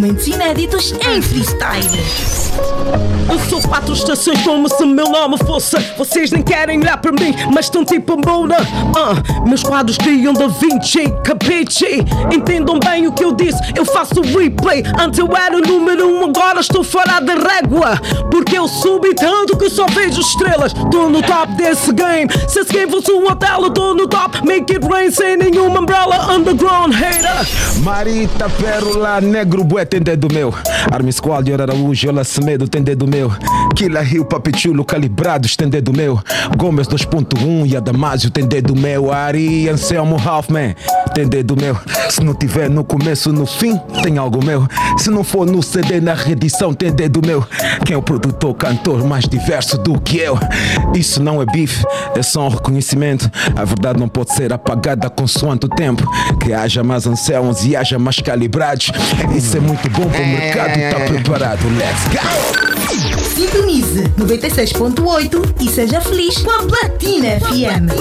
Momentos inéditos em freestyle. Eu sou 4 estações como se meu nome fosse. Vocês nem querem olhar para mim, mas estão tipo Mona. Meus quadros criam Da Vinci, capiche? Entendam bem o que eu disse, eu faço replay. Antes eu era o número 1, agora estou fora da régua. Porque eu subi tanto que só vejo estrelas. Tô no top desse game. Se esse game fosse um hotel, eu tô no top. Make it rain sem nenhuma umbrella. Underground hater. Marita, Pérola, Negro, Bué, tem dedo meu. Army Squad, Araújo, Yola Semedo, tem dedo meu. Killa Hill, Papichulo, Calibrados, tem dedo meu. Gomes 2.1 e Adamásio, tem dedo meu. Ari, Anselmo, Halfman, tem dedo meu. Se não tiver no começo, no fim, tem algo meu. Se não for no CD, na reedição, tem dedo meu. Quem é o produtor, cantor mais diverso do que eu? Isso não é bife, é só um reconhecimento. A verdade não pode ser apagada consoante o tempo. Que haja mais Anselmos e haja mais calibrados. Isso é muito bom para o mercado, está preparado. Let's go! Sintonize 96.8 e seja feliz com a Platina FM.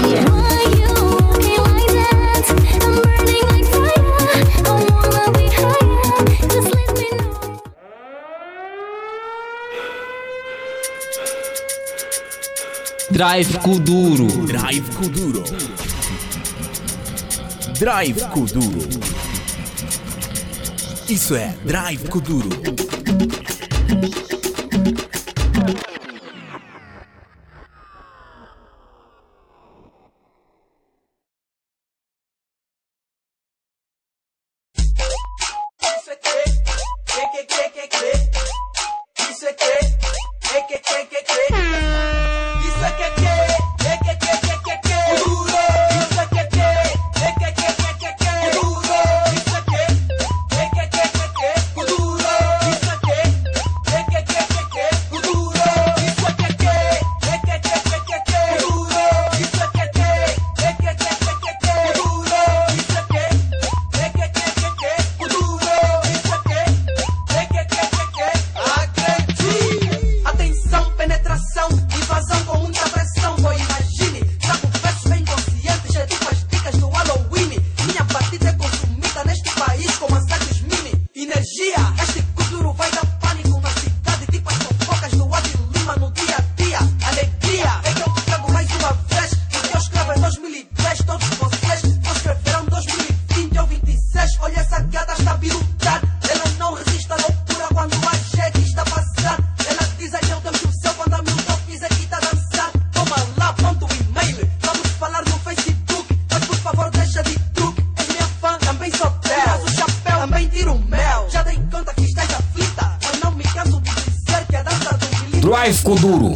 Drive Kuduro. Drive Kuduro. Drive Kuduro. Isso é Drive Kuduro. Drive Kuduro.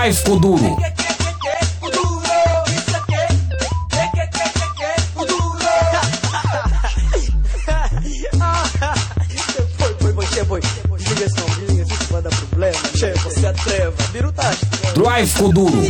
Drive Kuduro. Desliga esse ombrinho, isso vai dar problema. Che, você atreva. Birutaste. Drive Kuduro.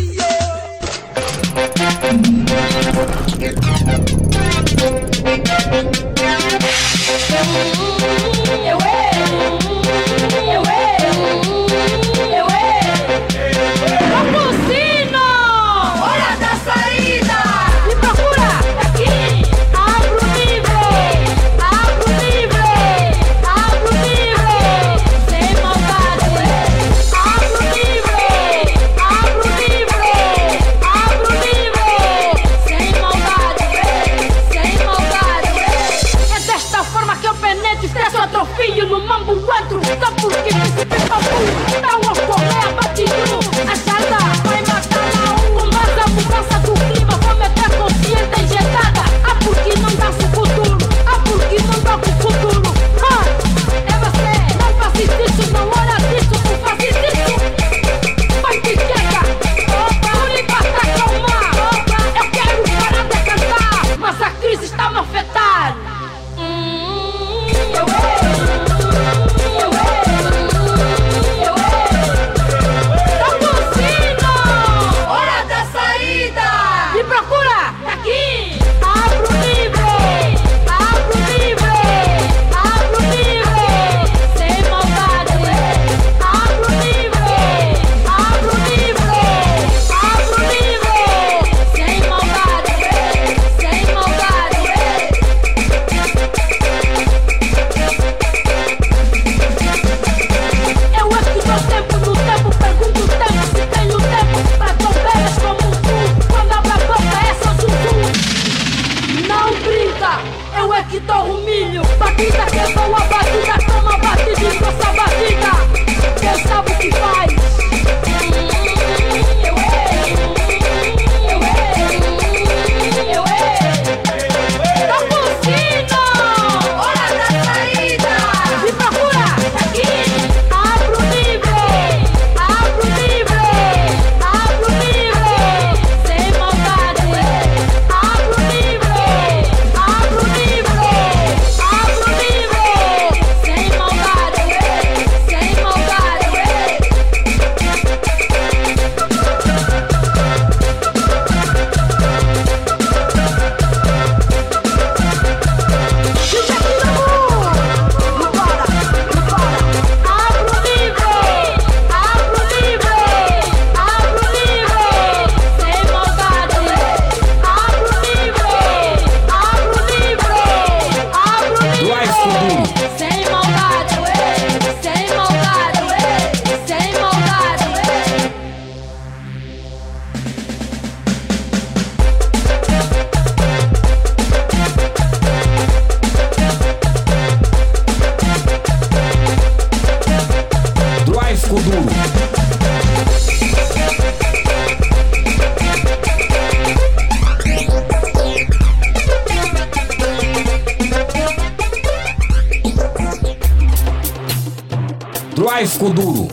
Drive Kuduro.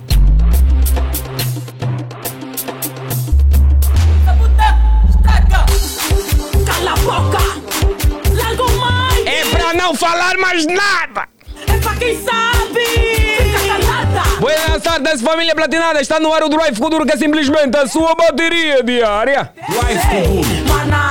Cala a boca! Larga o mic! É pra não falar mais nada! É pra quem sabe! Fica calada! Buenas tardes, família platinada! Está no ar o Drive Kuduro, que é simplesmente a sua bateria diária. Drive Kuduro. Mana,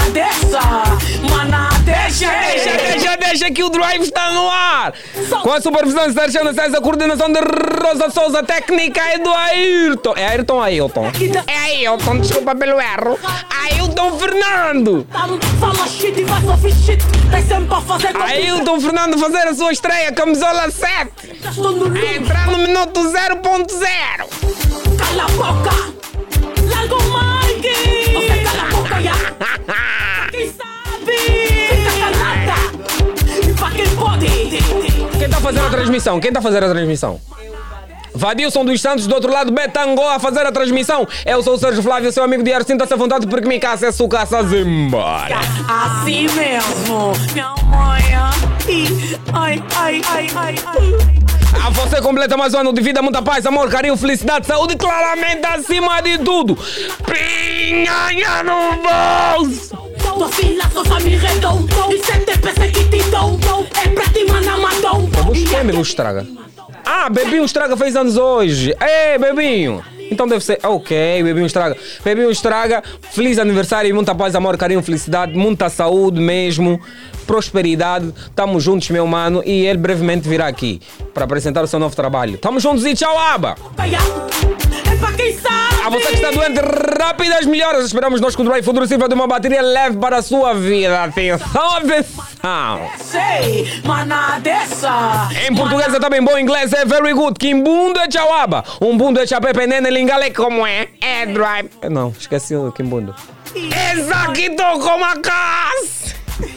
Deixa que o Drive está no ar! Com a supervisão de Sérgio César, a coordenação de Rosa Souza, técnica é do Ayrton. É Ayrton ou Ailton? É Ailton, desculpa pelo erro. Ailton Fernando! Fala shit e vai sofrer shit! Tem sempre a fazer com Ailton Fernando fazer a sua estreia, camisola 7! A entrar no minuto 0.0! Cala a boca! Larga o mic! Você cala a boca, já! Quem sabe? Fica calada! E pra quem pode? Quem está fazendo a transmissão? Vadilson dos Santos, do outro lado, Betangô a fazer a transmissão. Eu sou o Sérgio Flávio, seu amigo diário. Sinta-se à vontade porque me caça é sucaça embora. Assim mesmo, minha mãe. Ai. A você completa mais um ano de vida, muita paz, amor, carinho, felicidade, saúde, claramente acima de tudo. Pinhanha no bolso. Tua filha só sabe redom. E sente peça que te dou. É pra ti, mana, mandou. Quem Bebinho Estraga? Ah, Bebinho Estraga fez anos hoje. Ei, Bebinho. Então deve ser, ok, Bebinho Estraga. Bebinho Estraga, feliz aniversário e muita paz, amor, carinho, felicidade, muita saúde mesmo, prosperidade. Tamo juntos, meu mano, e ele brevemente virá aqui para apresentar o seu novo trabalho. Tamo juntos e tchau, Aba! É pra quem sabe. A você que está doente, rápidas melhoras. Esperamos nós que o Drive Futuro sirva de uma bateria leve para a sua vida. Atenção, atenção. Sei, mana dessa. Em português é também bom, em inglês é very good. Kimbundo é chauaba. Bundo é chapé, nene, lingale, como é? É Drive. Não, esqueci o Kimbundo. Exaquito como a casa.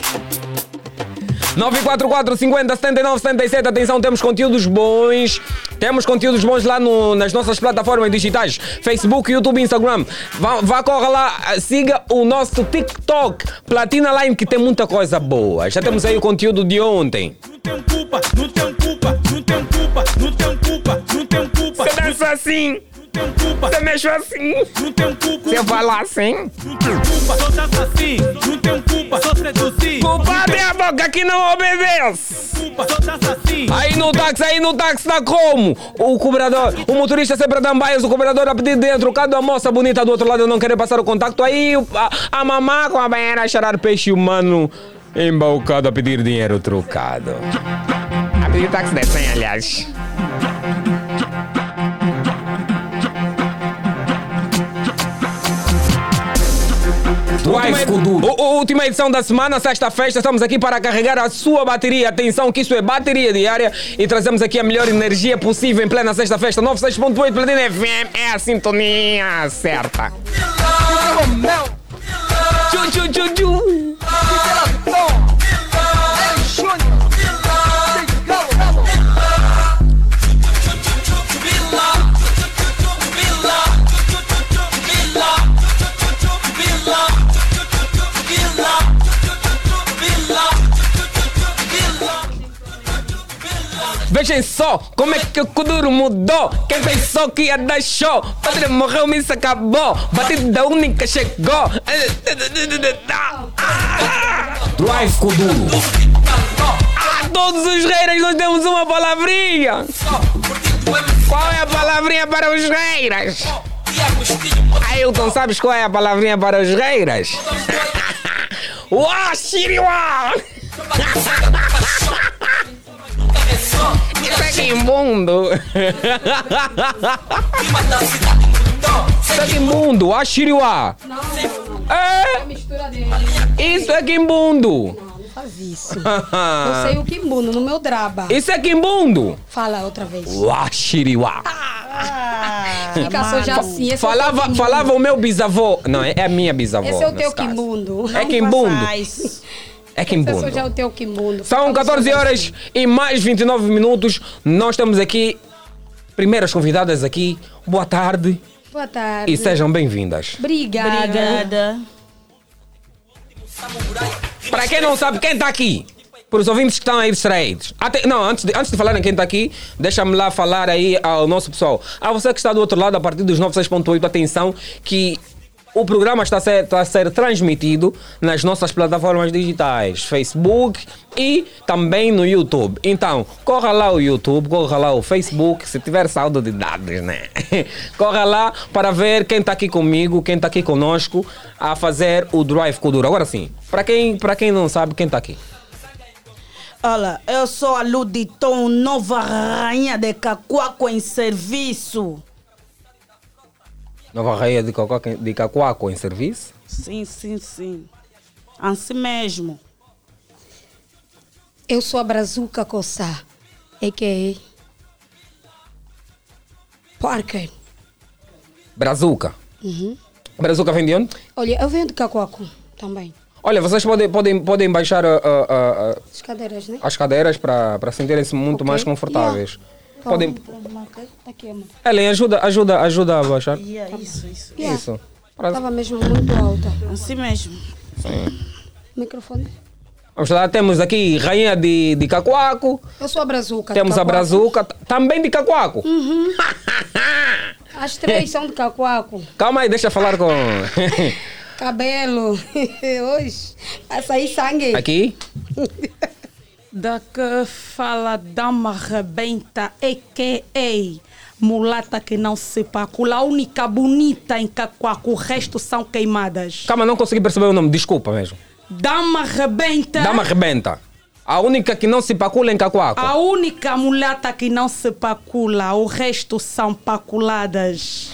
944 50 79 77. Atenção, temos conteúdos bons. Temos conteúdos bons lá nas nossas plataformas digitais: Facebook, YouTube e Instagram. Vá, corra lá, siga o nosso TikTok Platina Line, que tem muita coisa boa. Já temos aí o conteúdo de ontem. Não tem culpa, não tem culpa, não tem culpa, não tem culpa, não tem culpa. Você dança assim, Não tem culpa, você mexe assim, não tem culpa. você fala assim. Não tem culpa, só dança assim. Não tem culpa, só seduzir. Culpa abre a boca que não obedece. Culpa, só dança assim. Aí no táxi tá como? O cobrador, o motorista sempre dá baias, o cobrador a pedir dentro, cada moça bonita do outro lado não querer passar o contacto. Aí a mamá com a banheira a cheirar peixe humano embaucado a pedir dinheiro trocado. A pedir táxi de 100, aliás. Última edição da semana, sexta-feira, estamos aqui para carregar a sua bateria. Atenção que isso é bateria diária e trazemos aqui a melhor energia possível em plena sexta-feira. 96.8 Platina FM é a sintonia certa. Vejam só como é que o Kuduro mudou. Quem pensou que ia dar show? Padre morreu, missa acabou. Batida única chegou. Drive Kuduro. A todos os reiras nós temos uma palavrinha. Qual é a palavrinha para os reiras? Ailton, sabes qual é a palavrinha para os reiras? Uaxiriwa! Isso é Kimbundo. Isso é Kimbundo, Axiriwa. É mistura dele. Isso é Kimbundo. Não faz isso. Eu sei o Kimbundo no meu draba. Isso é Kimbundo. Fala outra vez. Axiriwa. Fica só já assim. Esse Falava o meu bisavô. Não, é a minha bisavó. Esse é o teu nesse caso. Kimbundo. É Kimbundo. É Kimbundo. Esse é o teu Kimbundo. São 14 horas e mais 29 minutos. Nós estamos aqui. Primeiras convidadas aqui. Boa tarde. Boa tarde. E sejam bem-vindas. Obrigada. Para quem não sabe, quem está aqui? Para os ouvintes que estão aí distraídos. Antes de falarem quem está aqui, deixa-me lá falar aí ao nosso pessoal. A você que está do outro lado, a partir dos 96.8, atenção que o programa está a ser transmitido nas nossas plataformas digitais, Facebook e também no YouTube. Então, corra lá o YouTube, corra lá o Facebook, se tiver saldo de dados, né? Corra lá para ver quem está aqui comigo, quem está aqui conosco a fazer o Drive Kuduro. Agora sim, para quem não sabe, quem está aqui? Olha, eu sou a Luditon, nova rainha de Cacoaco em serviço. Nova rainha de Cacoaco em serviço? Sim. Assim mesmo. Eu sou a Brazuca Coçá, a.k.a. Parker. Brazuca? Uhum. Brazuca vem de onde? Olha, eu venho de Cacoaco também. Olha, vocês podem baixar As cadeiras, né? as cadeiras para sentirem-se muito mais confortáveis. Podem... Aqui, amor. Ellen, ajuda a baixar. Isso. Estava mesmo muito alta. Assim mesmo. Sim. Microfone. Vamos lá, temos aqui rainha de Cacoaco. Eu sou a Brazuca. Temos a Brazuca, também de Cacoaco. Uhum. As três são de Cacoaco. Calma aí, deixa eu falar com... Cabelo. Hoje vai sair sangue. Aqui. Da que fala dama rebenta, a.k.a. mulata que não se pacula. A única bonita em Cacoaco, o resto são queimadas. Calma, não consegui perceber o nome, desculpa mesmo. Dama rebenta. Dama rebenta. A única que não se pacula em Cacoaco. A única mulata que não se pacula, o resto são paculadas.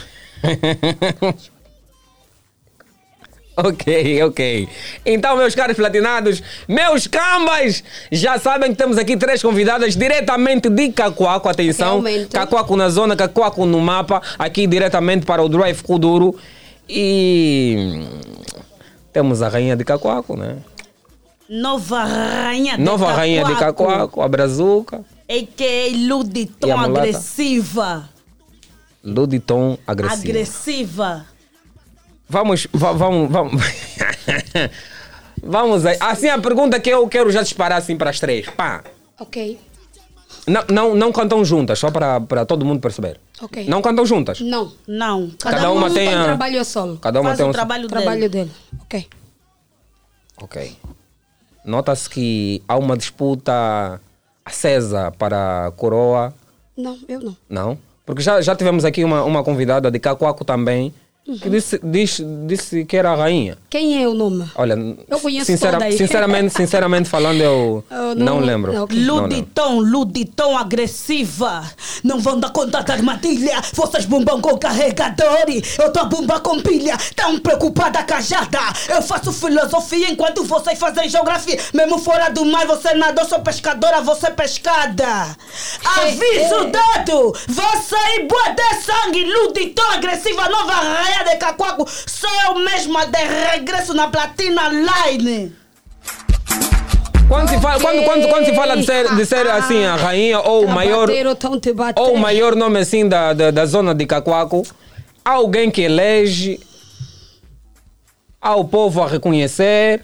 Ok. Então, meus caros platinados, meus cambas, já sabem que temos aqui 3 convidadas diretamente de Cacoaco. Atenção, Realmente. Cacoaco na zona, Cacoaco no mapa, aqui diretamente para o Drive Kuduro. E temos a rainha de Cacoaco, né? Nova rainha de Cacoaco, a Brazuca. A.k.a. E Luditon a mulata? agressiva. Luditon agressiva. Agressiva. Vamos. Vamos aí. Assim, a pergunta que eu quero já disparar assim para as 3. Pá. Ok. Não cantam juntas, só para todo mundo perceber. Ok. Não cantam juntas? Não. Cada uma tem um trabalho solo. Cada uma Faz tem o um trabalho dele. Ok. Ok. Nota-se que há uma disputa acesa para a coroa. Não, eu não. Não? Porque já tivemos aqui uma convidada de Cacoaco também, que disse que era a rainha. Quem é o nome? Olha, Eu conheço todas. sinceramente falando, eu não lembro. Não, okay. Luditon agressiva. Não vão dar conta da armadilha. Vocês bombam com carregadores. Eu tô a bombar com pilha. Tão preocupada cajada. Eu faço filosofia enquanto vocês fazem geografia. Mesmo fora do mar, você nadou, sou pescadora, você pescada. Aviso dado. Vou sair boa de sangue. Luditon agressiva, nova rainha de Cacoaco. Sou eu mesma de regresso na Platina Line. Quando se fala de ser assim a rainha ou o maior nome assim da zona de Cacoaco, há alguém que elege, há o povo a reconhecer,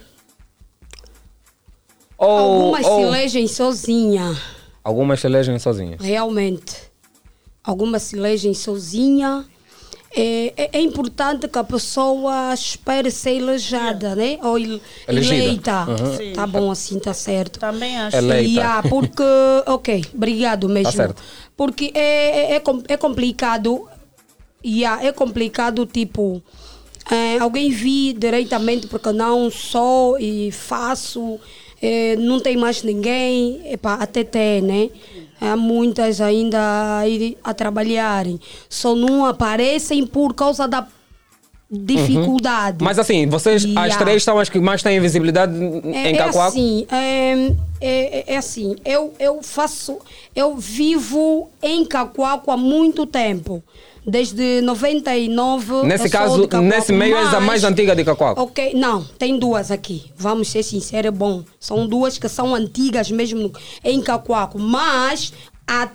algumas se elegem sozinha. Algumas se elegem sozinha. Realmente. Algumas se elegem sozinha. É importante que a pessoa espere ser elejada, né? Ou eleita. Uhum. Tá bom assim, tá certo. Também acho. Eleita. Porque, ok, obrigado mesmo. Tá certo. Porque é complicado. É complicado, tipo, alguém vir diretamente porque não sou e faço, não tem mais ninguém, até tem, né? Há muitas ainda aí a trabalharem. Só não aparecem por causa da dificuldade. Mas assim, vocês, as 3 são as que mais têm visibilidade em Cacoaco? É assim, eu vivo em Cacoaco há muito tempo. Desde 99. Nesse caso, nesse meio és a mais antiga de Cacoaco? Ok, não, tem 2 aqui. Vamos ser sinceros, é bom. São 2 que são antigas mesmo em Cacoaco. Mas há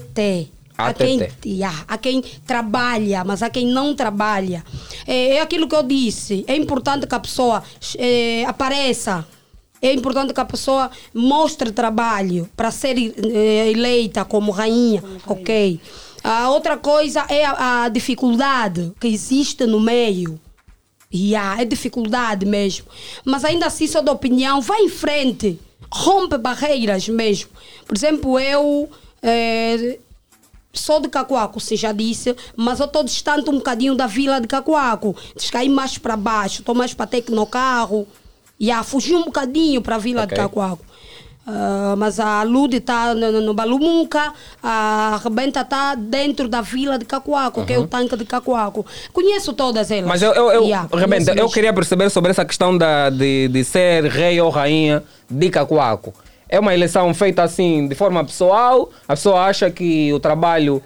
quem trabalha, mas há quem não trabalha. É aquilo que eu disse. É importante que a pessoa apareça. É importante que a pessoa mostre trabalho para ser eleita como rainha. Ok. A outra coisa é a dificuldade que existe no meio. É dificuldade mesmo. Mas ainda assim, sou da opinião, vai em frente. Rompe barreiras mesmo. Por exemplo, eu sou de Cacoaco, você já disse, mas eu estou distante um bocadinho da vila de Cacoaco. Descaí mais para baixo, estou mais para Tecnocarro. Fugi um bocadinho para a vila de Cacoaco. Mas a Ludi está no Balumunca, a Rebenta está dentro da vila de Cacoaco, que é o tanque de Cacoaco. Conheço todas elas. Mas Rebenta, eu queria perceber sobre essa questão de ser rei ou rainha de Cacoaco. É uma eleição feita assim de forma pessoal? A pessoa acha que o trabalho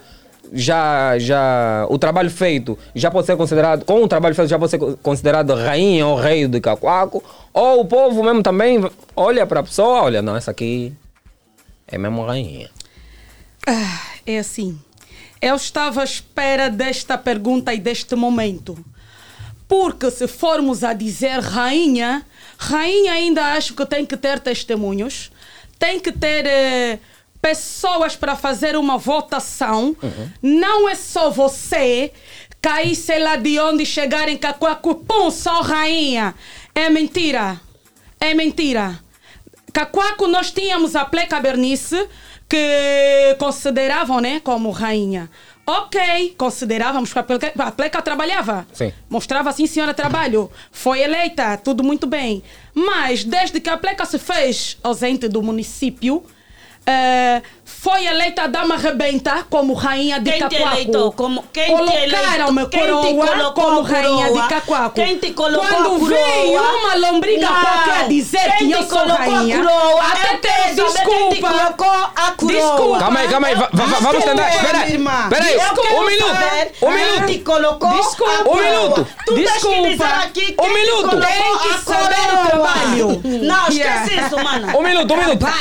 o trabalho feito já pode ser considerado, com o trabalho feito já pode ser considerado rainha ou rei de Cacoaco, ou o povo mesmo também olha para a pessoa, olha, não, essa aqui é mesmo rainha. É assim, eu estava à espera desta pergunta e deste momento, porque se formos a dizer rainha Rainha ainda acho que tem que ter testemunhos, tem que ter pessoas para fazer uma votação. Não é só você cair, sei lá de onde, chegar em Cacoaco, pum, só rainha. É mentira. É mentira. Cacoaco nós tínhamos a Pleca Bernice, que consideravam, né, como rainha. Ok, considerávamos que a Pleca trabalhava. Sim. Mostrava, sim, senhora, trabalho. Foi eleita, tudo muito bem. Mas, desde que a Pleca se fez ausente do município, foi eleita a Dama Rebenta como rainha de Cacoaco. Colocaram-me coroa como rainha de Cacoaco. Quem te colocou Quando a coroa? vem uma lombriga qualquer dizer que eu sou rainha, até ter desculpa. Desculpa. Calma aí. Vamos tentar. Espera aí. Um minuto. Te colocou Desculpa. Um minuto. Tu tens que dizer aqui Um quem minuto. te colocou Tem que a saber coroa. o trabalho. Não, esquece isso, mano. Um minuto.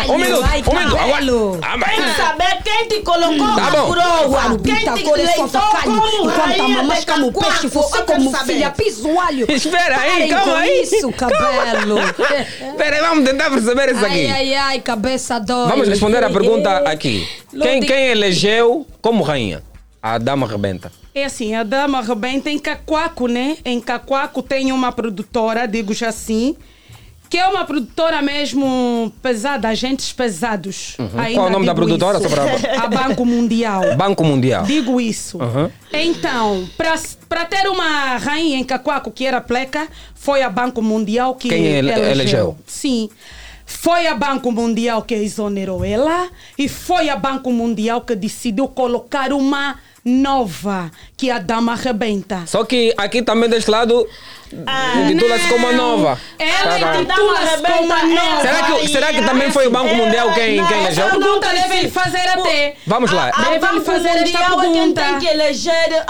Tem que saber quem te colocou Tá a bom. coroa. Quem te agora é só eleitou facalho. como Enquanto a rainha mamãe de como peixe, Cacoaco. você Eu quero como saber. filha pisoalho. Espera aí, Parem calma com aí. isso, cabelo. Espera aí, vamos tentar perceber isso aqui. Ai, cabeça dói. Vamos responder a pergunta aqui. Lodi- Quem elegeu como rainha? A Dama Rebenta. É assim, a Dama Rebenta em Cacoaco, né? Em Cacoaco tem uma produtora, digo já assim, que é uma produtora mesmo pesada, agentes pesados. Ainda Qual é o nome da digo produtora? isso. Só para- A Banco Mundial. Banco Mundial. Digo isso. Então, para ter uma rainha em Cacoaco, que era Pleca, foi a Banco Mundial que Quem elegeu? Sim. Foi a Banco Mundial que exonerou ela e foi a Banco Mundial que decidiu colocar uma nova, que é a Dama Rebenta. Só que aqui também deste lado intitula-se como a nova. Ela Tá bem. intitula-se como a nova. Será que também foi o Banco Mundial quem elegeu? Essa pergunta deve devem fazer até. Vamos lá. Deve fazer esta Mundial é quem pergunta. tem que eleger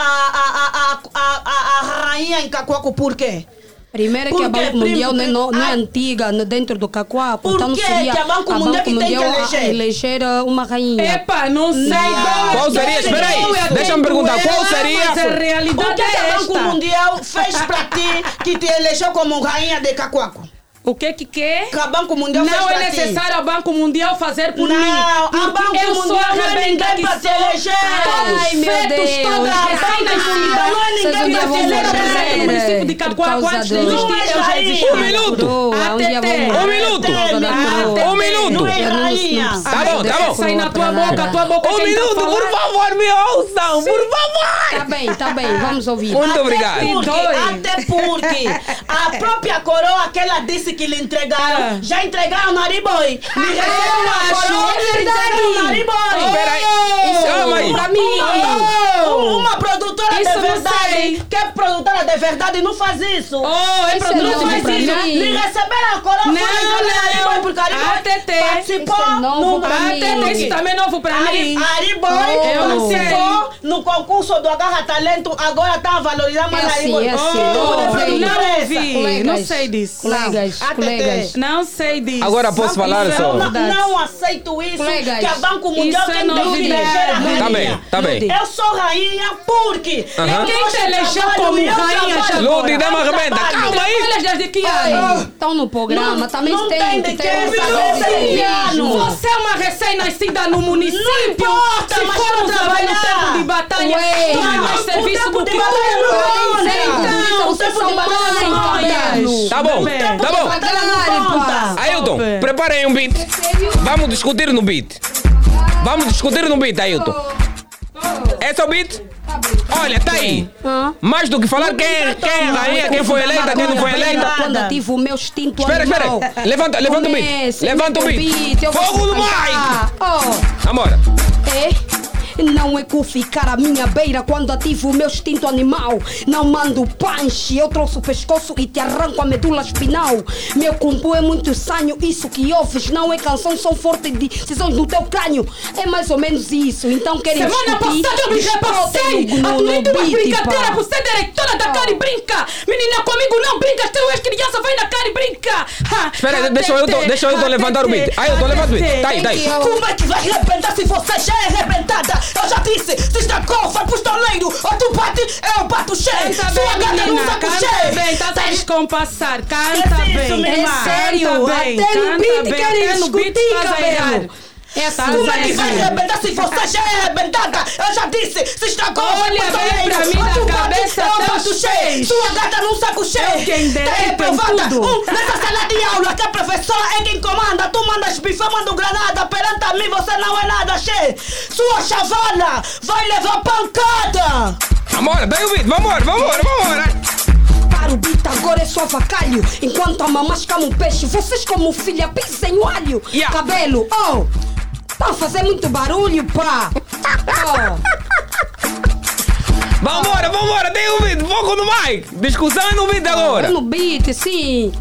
a rainha em Cacoaco. Por quê? Primeiro que a Banco Mundial não é antiga dentro do Cacoaco. Por Então não que seria que a Banco Mundial que tem que eleger uma rainha. Epa, não sei. Qual seria? Espera aí. Deixa-me perguntar. Qual seria? Mas a realidade O que é a Banco esta. Mundial fez para ti que te elegeu como rainha de Cacoaco? O que quer? Que a Banco Mundial fez Não pra é ti. necessário a Banco Mundial fazer por Não, mim. a Porque Banco eu sou Mundial a não é Rebenta ninguém que pra te sou. eleger. Todos Ai, meu feitos, Deus. toda a Recém-nascida, não é ninguém Vocês pra vão te dizer eleger. presente no município de Cacoaco antes de existir. Não é Eu já rainha. existi. Um minuto. Um minuto. Um minuto. Não é rainha. Tá bom. Sai na tua boca Um quem tá minuto, por falando. favor, me ouçam, por favor. Tá bem, vamos ouvir. Muito obrigado. Até porque a própria coroa que ela disse que lhe entregaram, já entregaram na Ariboy. Me receberam a coroa é e entregaram na Ariboy. Espera aí. Calma aí. Pra mim. Uma produtora Isso de eu verdade, sei. que é produtora de verdade, não faz isso. É Isso produto, é novo mas pra isso. mim. Me receberam a coroa, Não, foram entregar na Ariboy, porque a Ariboy ATT. participou Isso é novo no pra mim. Até isso também é novo pra mim. A Ariboy Eu não sei. participou no concurso do Agarra Talento, agora está a valorizar mais a Ariboy. É assim. Não sei disso. Colegas. Não sei disso. Agora posso falar Isso é só. novidade. Não aceito isso, Colegas, que a Banco Mundial isso é tem que novidade. eleger a rainha. Tá bem. Eu sou rainha porque Quem te elegeu como rainha já Ludi, Dama Rebenta, calma aí. Olha desde que ano? Estão no programa, também não tem tem que de ter que um ser saber. Você é uma recém-nascida no município. Não importa, Se mas formos vamos a ver no trabalhar. tempo de batalha, Ué. tu é mais O serviço tempo do de que batalha tu. não Então, o tempo de batalha não Mães. Tá bom. Tá bom. Batalha não conta. Ailton, preparem um beat. Vamos discutir no beat. Ailton. Esse é o beat? Olha, tá aí. Mais do que falar quem é a rainha, quem foi eleita, quem não foi eleita. Quando eu tive o meu instinto Espera. animal. Levanta o beat. Comece, Levanta o beat. eu vou Fogo no cantar. mic. Amora. Não é com ficar à minha beira quando ativo o meu instinto animal. Não mando punch, eu trouxe o pescoço e te arranco a medula espinal. Meu combo é muito sanho, isso que ouves não é canção, são fortes decisões no teu crânio. É mais ou menos isso, então querem Semana passada eu me repassei. Admito uma brincadeira por ser diretora da cara e brinca. Menina, comigo não brincas, tu és criança, vai na cara e brinca. Espera aí, deixa eu levantar o beat. Ailton, levanta o beat. Tá aí. Como é que vai arrebentar se você já é arrebentada? Eu já disse, se estragou, vai pro estaleiro. Ou tu bate, eu bato saco cheio. Canta Sua bem, gata num menina, saco canta cheio. bem, tá a descompassar, canta Esquece isso, bem. minha irmã. Canta Sério, bem, até no canta beat bem, querem até no beat discutir, estás a errar. cabelo. É assim. Como é que vai arrebentar se você já é arrebentada? Eu já disse, se estragou, vai Olha pro bem soleiro. pra mim na Outro cabeça bate, até eu os bato cheio. seis. Sua gata num saco cheio. Eu quem Tá derrete reprovada. tudo. Nessa sala de aula que a professora é quem comanda. Tu mandas bifamando granada. Perante a mim você não é nada cheio. Sua chavala vai levar pancada. Vambora, daí o beat, vambora. Para o beat agora é só avacalho. Enquanto a mamãe escama um peixe, vocês como filha pisem o alho. Yeah. Cabelo, oh, tá a fazer muito barulho, pá. Vambora, daí o beat, foco no mic. Discussão é no beat agora. No beat, sim.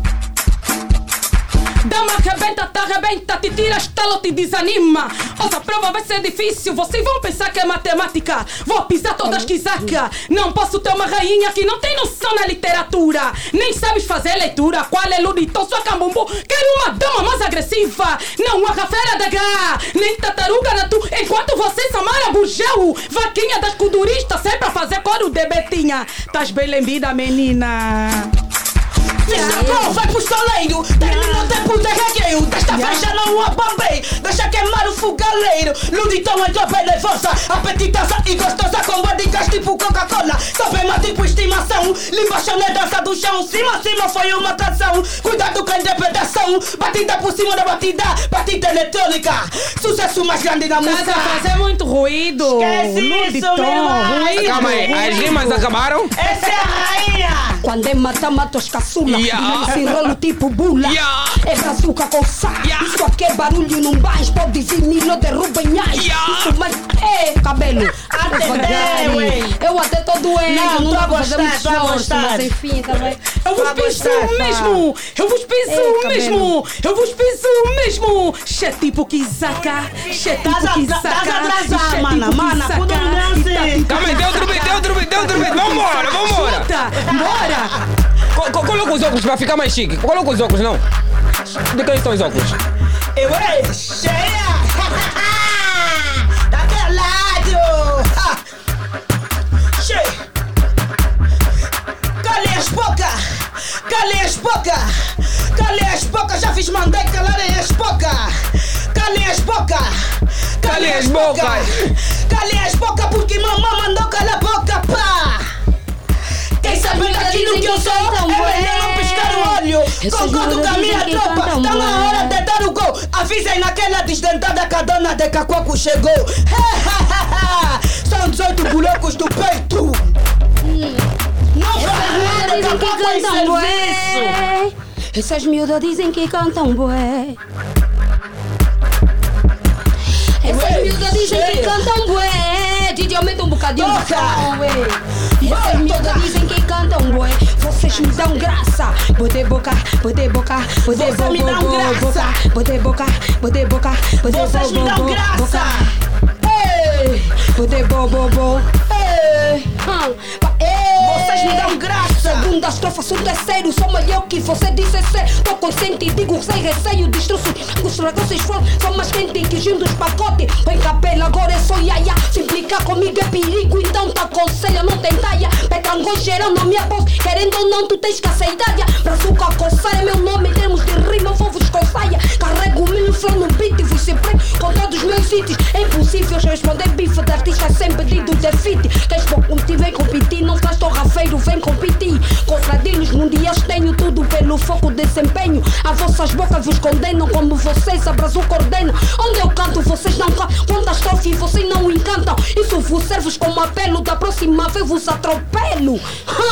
Dama arrebenta, te tira estalo, te desanima. Essa prova vai ser difícil, vocês vão pensar que é matemática. Vou pisar todas que saca. Não posso ter uma rainha que não tem noção na literatura. Nem sabes fazer leitura, qual é luditão, sua cambumbu. Quero uma dama mais agressiva. Não uma rafera da H, nem tartaruga na tu. Enquanto você Samara Burgel, vaquinha das culturistas, sempre a fazer coro de Betinha. Tás bem lembida, menina. Estragou, vai pro soleiro. Termina o tempo de regueio. Desta vez já não a bombei. Deixa queimar o fogaleiro. Luditão entrou bem nervosa, apetitosa e gostosa, com bodicas tipo Coca-Cola. Só bem mais tipo estimação. Limpa a chão, dança do chão. Cima foi uma canção. Cuidado com a interpretação. Batida por cima da batida. Batida eletrônica. Sucesso mais grande na música. Estás a fazer muito ruído. Esquece isso, meu irmão. ruído. Calma aí, as rimas acabaram? Essa é a rainha. Quando é mata os caçula. Yeah. Esse rolo tipo bula. Yeah. É brazuca com saco. Yeah. Isso aqui é barulho num baixo. Pode vinilo derruba em ais. Yeah. Isso mas é cabelo. Até ué. Eu até tô doendo. Não, Não tô a dá pra fazer gostar, muito tô a esforço. gostar. Mas enfim, também. Eu vos piso mesmo! Eu vos piso mesmo! Eu vos piso mesmo! Che tipo que saca! Che tipo que saca! Estás atrasada, mana. Quando não Calma aí, deu outro beat. Vambora. Bora! Coloca os óculos pra ficar mais chique. Coloca os óculos, não. De quem estão os óculos? Eu cheia! Daquele lado! Cheia! Calem as bocas! Já fiz mandei calarem as bocas! Calem as bocas porque mamãe mandou calar a boca, pá! Quem sabe daquilo que eu sou é melhor não piscar o olho. Concordo com a minha tropa, tá na hora de dar o gol. Avisem naquela desdentada que a dona de Cacoco chegou. São 18 buracos do peito. Não vai Dizem que cantam bué. Essas miúdas dizem que cantam bué. Essas miúdas dizem que cantam bué. DJ, aumenta um bocadinho do som, ué. Essas miúdas dizem que cantam bué. Vocês me dão graça. Botei boca. Vocês me dão graça. Botei boca. Vocês me dão graça. Ei, botei bo. Ei, Vocês me dão graça. Segunda estrofa, assunto é sério. Sou melhor que você disse ser. Tô consciente e digo sem receio. Destroço os negócios foram. Sou mais quente que gin dos pacotes. Vem capela, agora é só iaia. Se implicar comigo é perigo, então te aconselho, não tem taia. Petrangões gerando a minha voz. Querendo ou não, tu tens que aceitar. Brazuca a coçar é meu nome em termos de rima. Vou vos coçaia. Carrego o milho flow no beat e vos sempre com todos os meus sítios. É impossível responder bife de artista sem pedido de fit. Queres pouco competir, vem competir. Não faz tão rafeiro, vem competir. Contradilhos mundiais tenho tudo pelo foco de desempenho. As vossas bocas vos condenam como vocês a Brazuca ordena. Onde eu canto, vocês não cantam. Quantas estrofes vocês não encantam. Isso vos serve como apelo. Da próxima vez vos atropelo.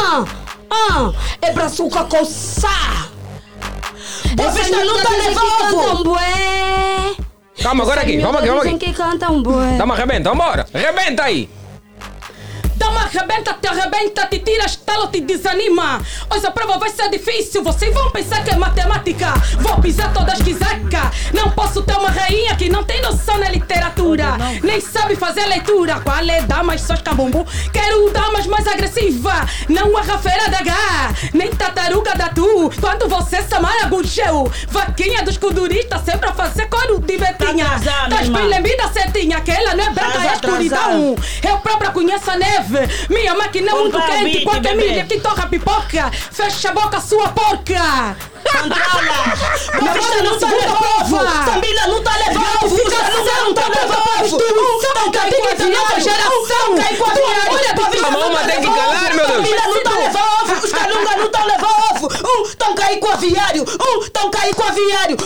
É Brazuca coçar. Vocês não tá levando. Calma, agora aqui, vamos aqui. Que cantam bué. Dá-me arrebenta, vambora. Arrebenta aí. Dama arrebenta, te tira estalo, te desanima. Hoje a prova vai ser difícil, vocês vão pensar que é matemática. Vou pisar todas que zaca. Não posso ter uma rainha que não tem noção na literatura. Nem sabe fazer leitura. Qual é damas, só escambumbu? Quero damas mais agressiva. Não a rafeira da H, nem tartaruga da tu. Quando você Samara Burgel, vaquinha dos culturistas, sempre a fazer coro de Betinha. Tás bem lembida, certinha, que ela não é branca, é escuridão. Eu própria conheço a neve. Minha máquina é muito quente, qualquer mídia que toca pipoca. Fecha a boca, sua porca. Controla! Você não tá levando! Sambila não tá levando! Você não tá levando! Tão caindo da nova geração! Uma tem que calar, meu Deus! Sambila não tá levando! Os calunga não tá levando! Tão caindo com aviário! Tão caindo com aviário!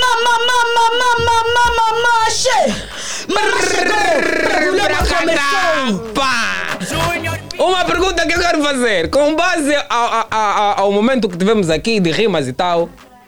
Uma pergunta que eu quero fazer, com base ao momento que tivemos aqui de rimas e tal,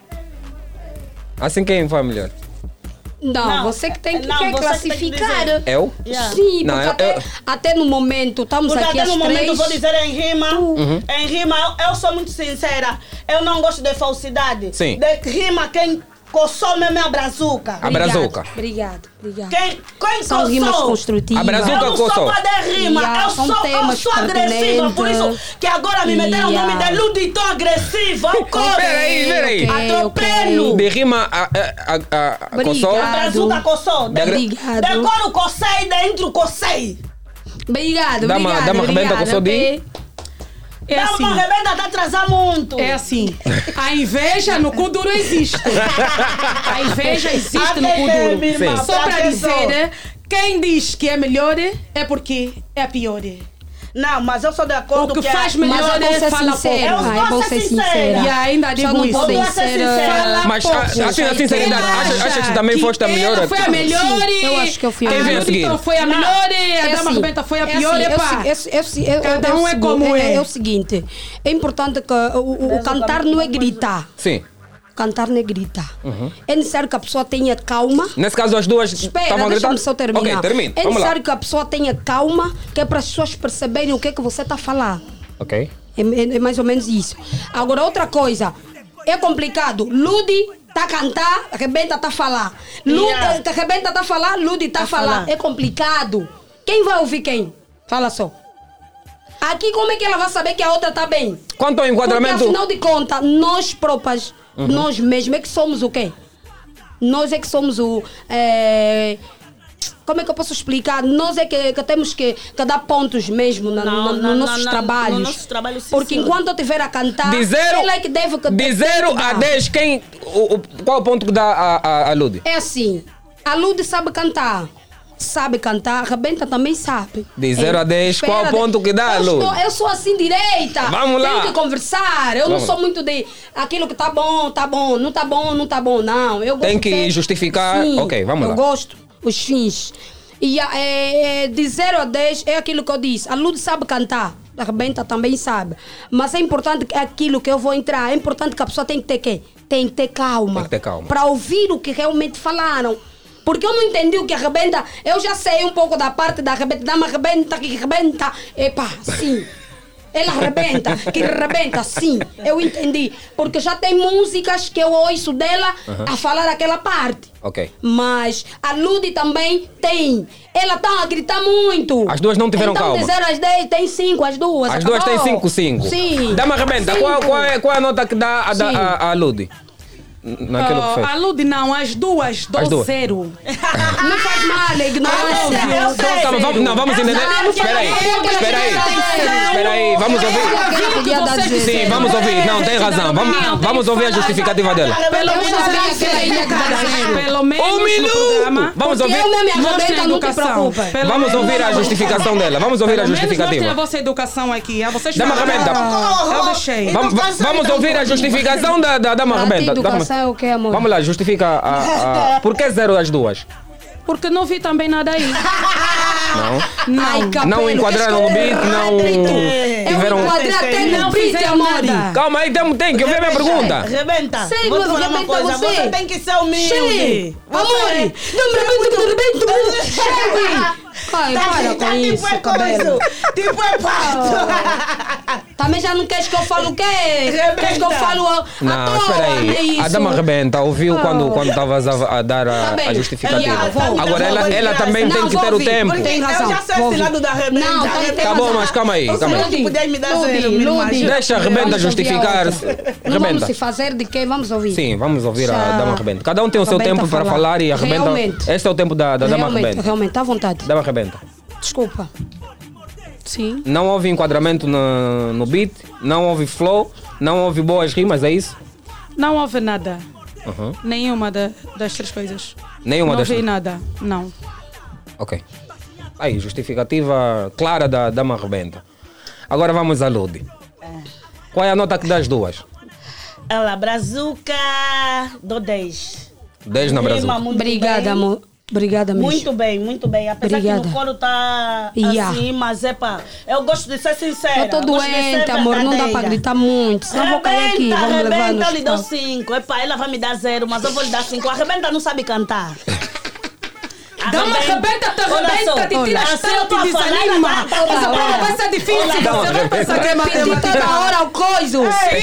assim quem foi melhor? Não, você que tem que classificar. Eu? Sim, Não, porque até no momento, estamos Porque aqui até às no três. momento vou dizer em rima. Em rima, eu sou muito sincera. Eu não gosto de falsidade. Sim. De rima, quem coçou mesmo é a brazuca. A brazuca. Obrigado. Quem São rimas coçou? construtivas. A brazuca Eu não sou coçou. pra dar rima, eu São sou temas agressiva, por isso que agora me meteram o nome de Luditão agressiva. Peraí. Atropelo. De rima coçou. A brazuca coçou. Obrigado. Decoro cocei, dentro cocei. Obrigado. Dá uma rebenta coçou de... É Dá assim. uma rebenta, tá atrasando muito. É assim, a inveja no cu duro existe. A inveja existe no cu duro. Sim. Só pra dizer, quem diz que é melhor é porque é pior. Não, mas eu sou de acordo O que faz melhor Mas é bom ser fala sincero. pouco. Eu É bom ser sincera. E ainda Só digo não isso. podem Eu vou ser ser. sincera. Mas assim, na sinceridade, achas que também foste a melhor? Ela foi a melhor. Sim, eu acho que eu fui a Quem veio a seguir? Então foi a melhor, a Dama Rebenta foi a pior. Cada um é como é. É o seguinte, é importante que o cantar não é gritar. Sim. Cantar não é gritar. É necessário que a pessoa tenha calma. Nesse caso, as duas Espera, estavam a gritar? deixa-me só terminar. Ok, termina. É Vamos lá. necessário que a pessoa tenha calma, que é para as pessoas perceberem o que é que você está a falar. Ok. É mais ou menos isso. Agora, outra coisa. É complicado. Ludi tá a cantar, Rebenta tá a falar. Rebenta tá a falar, Ludi tá a falar. É complicado. Quem vai ouvir quem? Fala só. Aqui, como é que ela vai saber que a outra tá bem? Quanto ao enquadramento... Porque, afinal de contas, nós próprias, nós mesmos, é que somos o quê? Nós é que somos o... como é que eu posso explicar? Nós é que temos que dar pontos mesmo nos nossos trabalhos. No nosso trabalho, sim, porque sim. enquanto eu estiver a cantar, De zero, ela é que deve... de 0 a 10, qual o ponto que dá a Ludi? É assim, a Ludi sabe cantar. Sabe cantar, a Rebenta também sabe. De 0 a 10, qual o ponto que dá, Ludi? Eu sou assim direita. Vamos lá. Tenho que conversar. Eu Vamos. não sou muito de aquilo que tá bom, não tá bom, não. Eu gosto Tem que de justificar. Sim, Ok, vamos lá. Eu gosto os fins. E de 0 a 10 é aquilo que eu disse. A Ludi sabe cantar. A Rebenta também sabe. Mas é importante que aquilo que eu vou entrar. É importante que a pessoa tem que ter quê? Tem que ter calma. Tem que ter calma. Para ouvir o que realmente falaram. Porque eu não entendi o que arrebenta. Eu já sei um pouco da parte da arrebenta. Dama arrebenta, que arrebenta. Epa, sim. Ela arrebenta, que arrebenta, sim. Eu entendi. Porque já tem músicas que eu ouço dela a falar aquela parte. Ok. Mas a Ludi também tem. Ela está a gritar muito. As duas não tiveram então, calma. De 0 às 10 tem 5, as duas. As duas têm acabou. 5. Sim. Dá-me arrebenta. Cinco. Qual é a nota que dá a Ludi? Naquilo que fez. A Ludi não, as duas dou As duas. 0. Não faz mal, é ignorância. Eu sei. Calma, vamos entender. Espera aí, vamos ouvir. Sim, vamos ouvir. Não, tem razão. Vamos ouvir a justificativa dela. Pelo Eu menos sabia ela que ela ia dar zero. Pelo menos Um no minuto! programa. Vamos Porque ouvir. eu mesmo Mostre arrebenta, a não te educação. preocupa. Pelo Vamos menos- ouvir a justificação dela. Vamos ouvir a Pelo menos mostrem a justificativa. vossa educação aqui. A vocês Dama falaram. Rebenta. Eu deixei. Vamos ouvir a justificação da Dama Para ti, Rebenta. educação é o que, amor? Vamos lá, justifica por que 0 das duas? Porque não vi também nada aí. Não. Ai, capelo, Não enquadraram no beat, não tiveram... Eu enquadrei até no Não beat, fizeram amor. nada. Calma aí, tem que ouvir a minha pergunta. Rebenta. Sei, Vou te mas falar uma rebenta coisa. você. Você tem que ser humilde. Sim. Amor, não me rebento. Chegue. Ai, para com isso, cabelo. Tipo é pato. Também já não queres que eu fale o quê? Queres que eu fale Não, toa? espera É aí. A isso. Dama Rebenta ouviu quando estavas a dar Tá a bem. justificativa. Vou. Agora ela também tem Não, que vou ter o ouvir. tempo. Porque tem razão. Eu já sei Vou esse ouvir. lado da Rebenta. Não, tem Tá bom, mas calma aí. Ludi, Puder me dar Ludi, zero, Ludi. me imagina. Deixa a Rebenta Vamos ouvir justificar. a outra. Não Rebenta. vamos se fazer de quem? Vamos ouvir. Sim, vamos ouvir a Já. Dama Rebenta. Cada um tem o seu Rebenta tempo para falar. falar e a Rebenta. Realmente. Este é o tempo da Dama Rebenta. Realmente, à vontade. Dama Rebenta. Desculpa. Sim. Não houve enquadramento no beat, não houve flow, não houve boas rimas, é isso? Não houve nada. Uhum. Nenhuma das três coisas. Nenhuma não das vi três? nada. Não. Ok. Aí, justificativa clara da Dama Rebenta. Agora vamos a Ludi. Qual é a nota que dá as duas? Ela, Brazuca, dou 10. 10 na Rima Brazuca. muito Obrigada, bem. amor. Obrigada mesmo. Muito bem, muito bem. Apesar que Obrigada. no coro tá Yeah. assim, mas eu gosto de ser sincera. Eu tô gosto de doente, ser amor. Não dá pra verdadeira. gritar muito. Senão vou cair aqui. Vamos levar no Arrebenta, eu lhe dou hospital. 5. Epá, ela vai me dar 0, mas eu vou lhe dar 5. Arrebenta não sabe cantar. Dá uma arrebenta, te arrebenta, te tira as telas, te desanima. Essa prova vai ser difícil. Você vai pensar que é Repetir matemática. toda hora o coiso.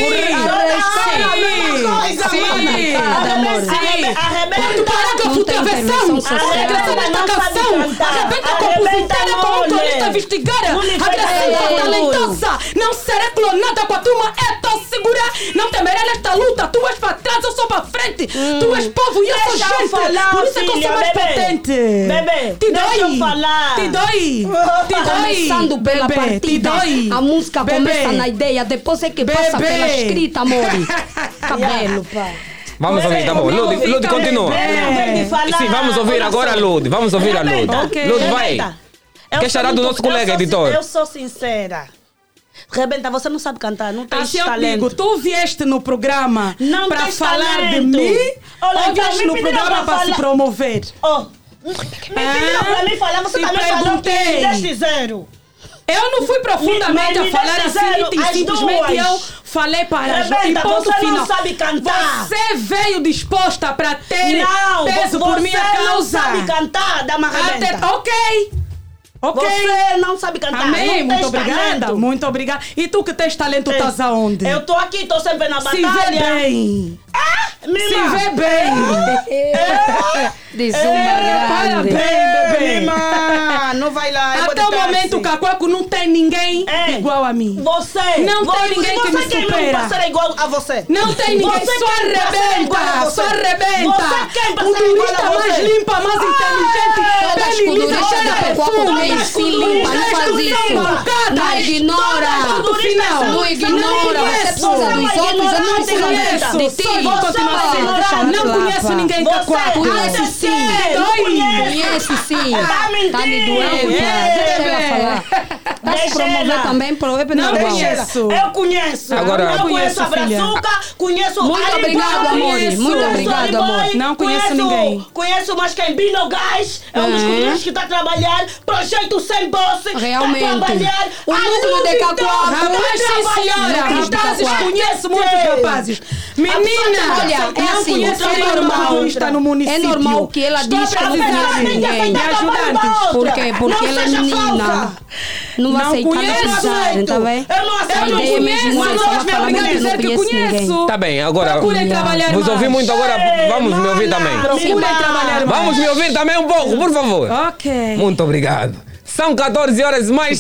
Quando parágrafo tem versão, agressão desta canção, arrebenta compositora como motorista investigar, agressiva, talentosa, não será clonada com a turma, é tão segura, não temerá nesta luta, tu és pra trás, eu sou pra frente, tu és povo e eu sou gente, por isso é que eu sou mais potente. Bebê, Te deixa eu dói, falar. te dói, Começando pela bebê, te partida, dói. a música Bebê. começa na ideia, depois é que passa Bebê. pela escrita, amor. Cabelo, pai. Vamos ouvir, tá bom. Ludi, continua. Sim, vamos ouvir agora a Ludi. Vamos ouvir a Ludi. Ok. Ludi, vai. Que chará do nosso colega editor. Eu sou sincera. Rebenta, você não sabe cantar, não tens Assim eu talento. digo, tu vieste no programa Não para tens falar de talento. mim Olha, ou então vieste me no pediram programa pra para se falar. promover? Oh, me pediram pra mim falar, você Te também falou que perguntei. deste 0. Eu não fui profundamente Me a falar deste assim, zero, e as simplesmente duas. eu falei para Rebenta, e ponto você não final. sabe cantar. Você veio disposta para ter Não, peso por minha você não causa. sabe cantar, Dama Rebenta. Ok. Ok. Você não sabe cantar, Amém, não muito tens obrigada, talento. muito obrigada. E tu que tens talento, estás aonde? Eu tô aqui, tô sempre na Se batalha. vê bem. Se Mima. vê bem. Diz uma grande. Parabéns, bebê. Mima, não vai lá. eu vou Até o de táxi. momento, Cacoaco, não tem ninguém igual a mim. Você. Não tem ninguém que me Você quem supera. meu parceiro é igual a você. Não tem ninguém, Você só quem parceiro é igual a arrebenta, você. só arrebenta. Você quem O parceiro é igual turista a você. mais limpa, mais inteligente. Todas as Ele lisa, culturistas cheira da Pecoaco perfume. também se limpa, não faz isso. Não ignora. Ponto final. Não ignora. Você precisa dos outros, eu não preciso de ti. Só vou continuar Deixa ela assim. Não falar, conheço pá. ninguém Cacoaco. Conhece sim. Conhece sim. Tá me doendo. Deixa ela falar. Tá se promover também, prove Não normal. conheço. Eu conheço. Agora- eu Não conheço a conheço, filha. Brazuca, conheço Muito a obrigado, amor. Muito obrigado, amor. Não conheço ninguém. Conheço mais quem Bino Gás, é um dos culturistas que está a trabalhar. Projeto Sem Boss, Realmente. Tá a trabalhar. O A núcleo de Luz, então, Cacoaco. Rapaz, sim, senhora. Núcleo de Rapazes, Cacoaco. conheço muitos rapazes. Menina, Olha, é não assim, conheço é nenhum normal. motorista no município. É normal que ela Estou diz que a não precisar conhece de ninguém. de ajudantes. Por quê? Porque ela é menina. Não vai Não aceitar conheço. nada, tá bem? Eu não aceito. A Eu não ideia é mesmo conheço, essa, mas ela me fala obriga a que não dizer que conhece ninguém. conheço. Tá bem, agora. Procurem trabalhar Vos mais. ouvi muito agora. Vamos me ouvir também. Procurem trabalhar mais. Vamos me ouvir também um pouco, por favor. Ok. Muito obrigado. São 14 horas mais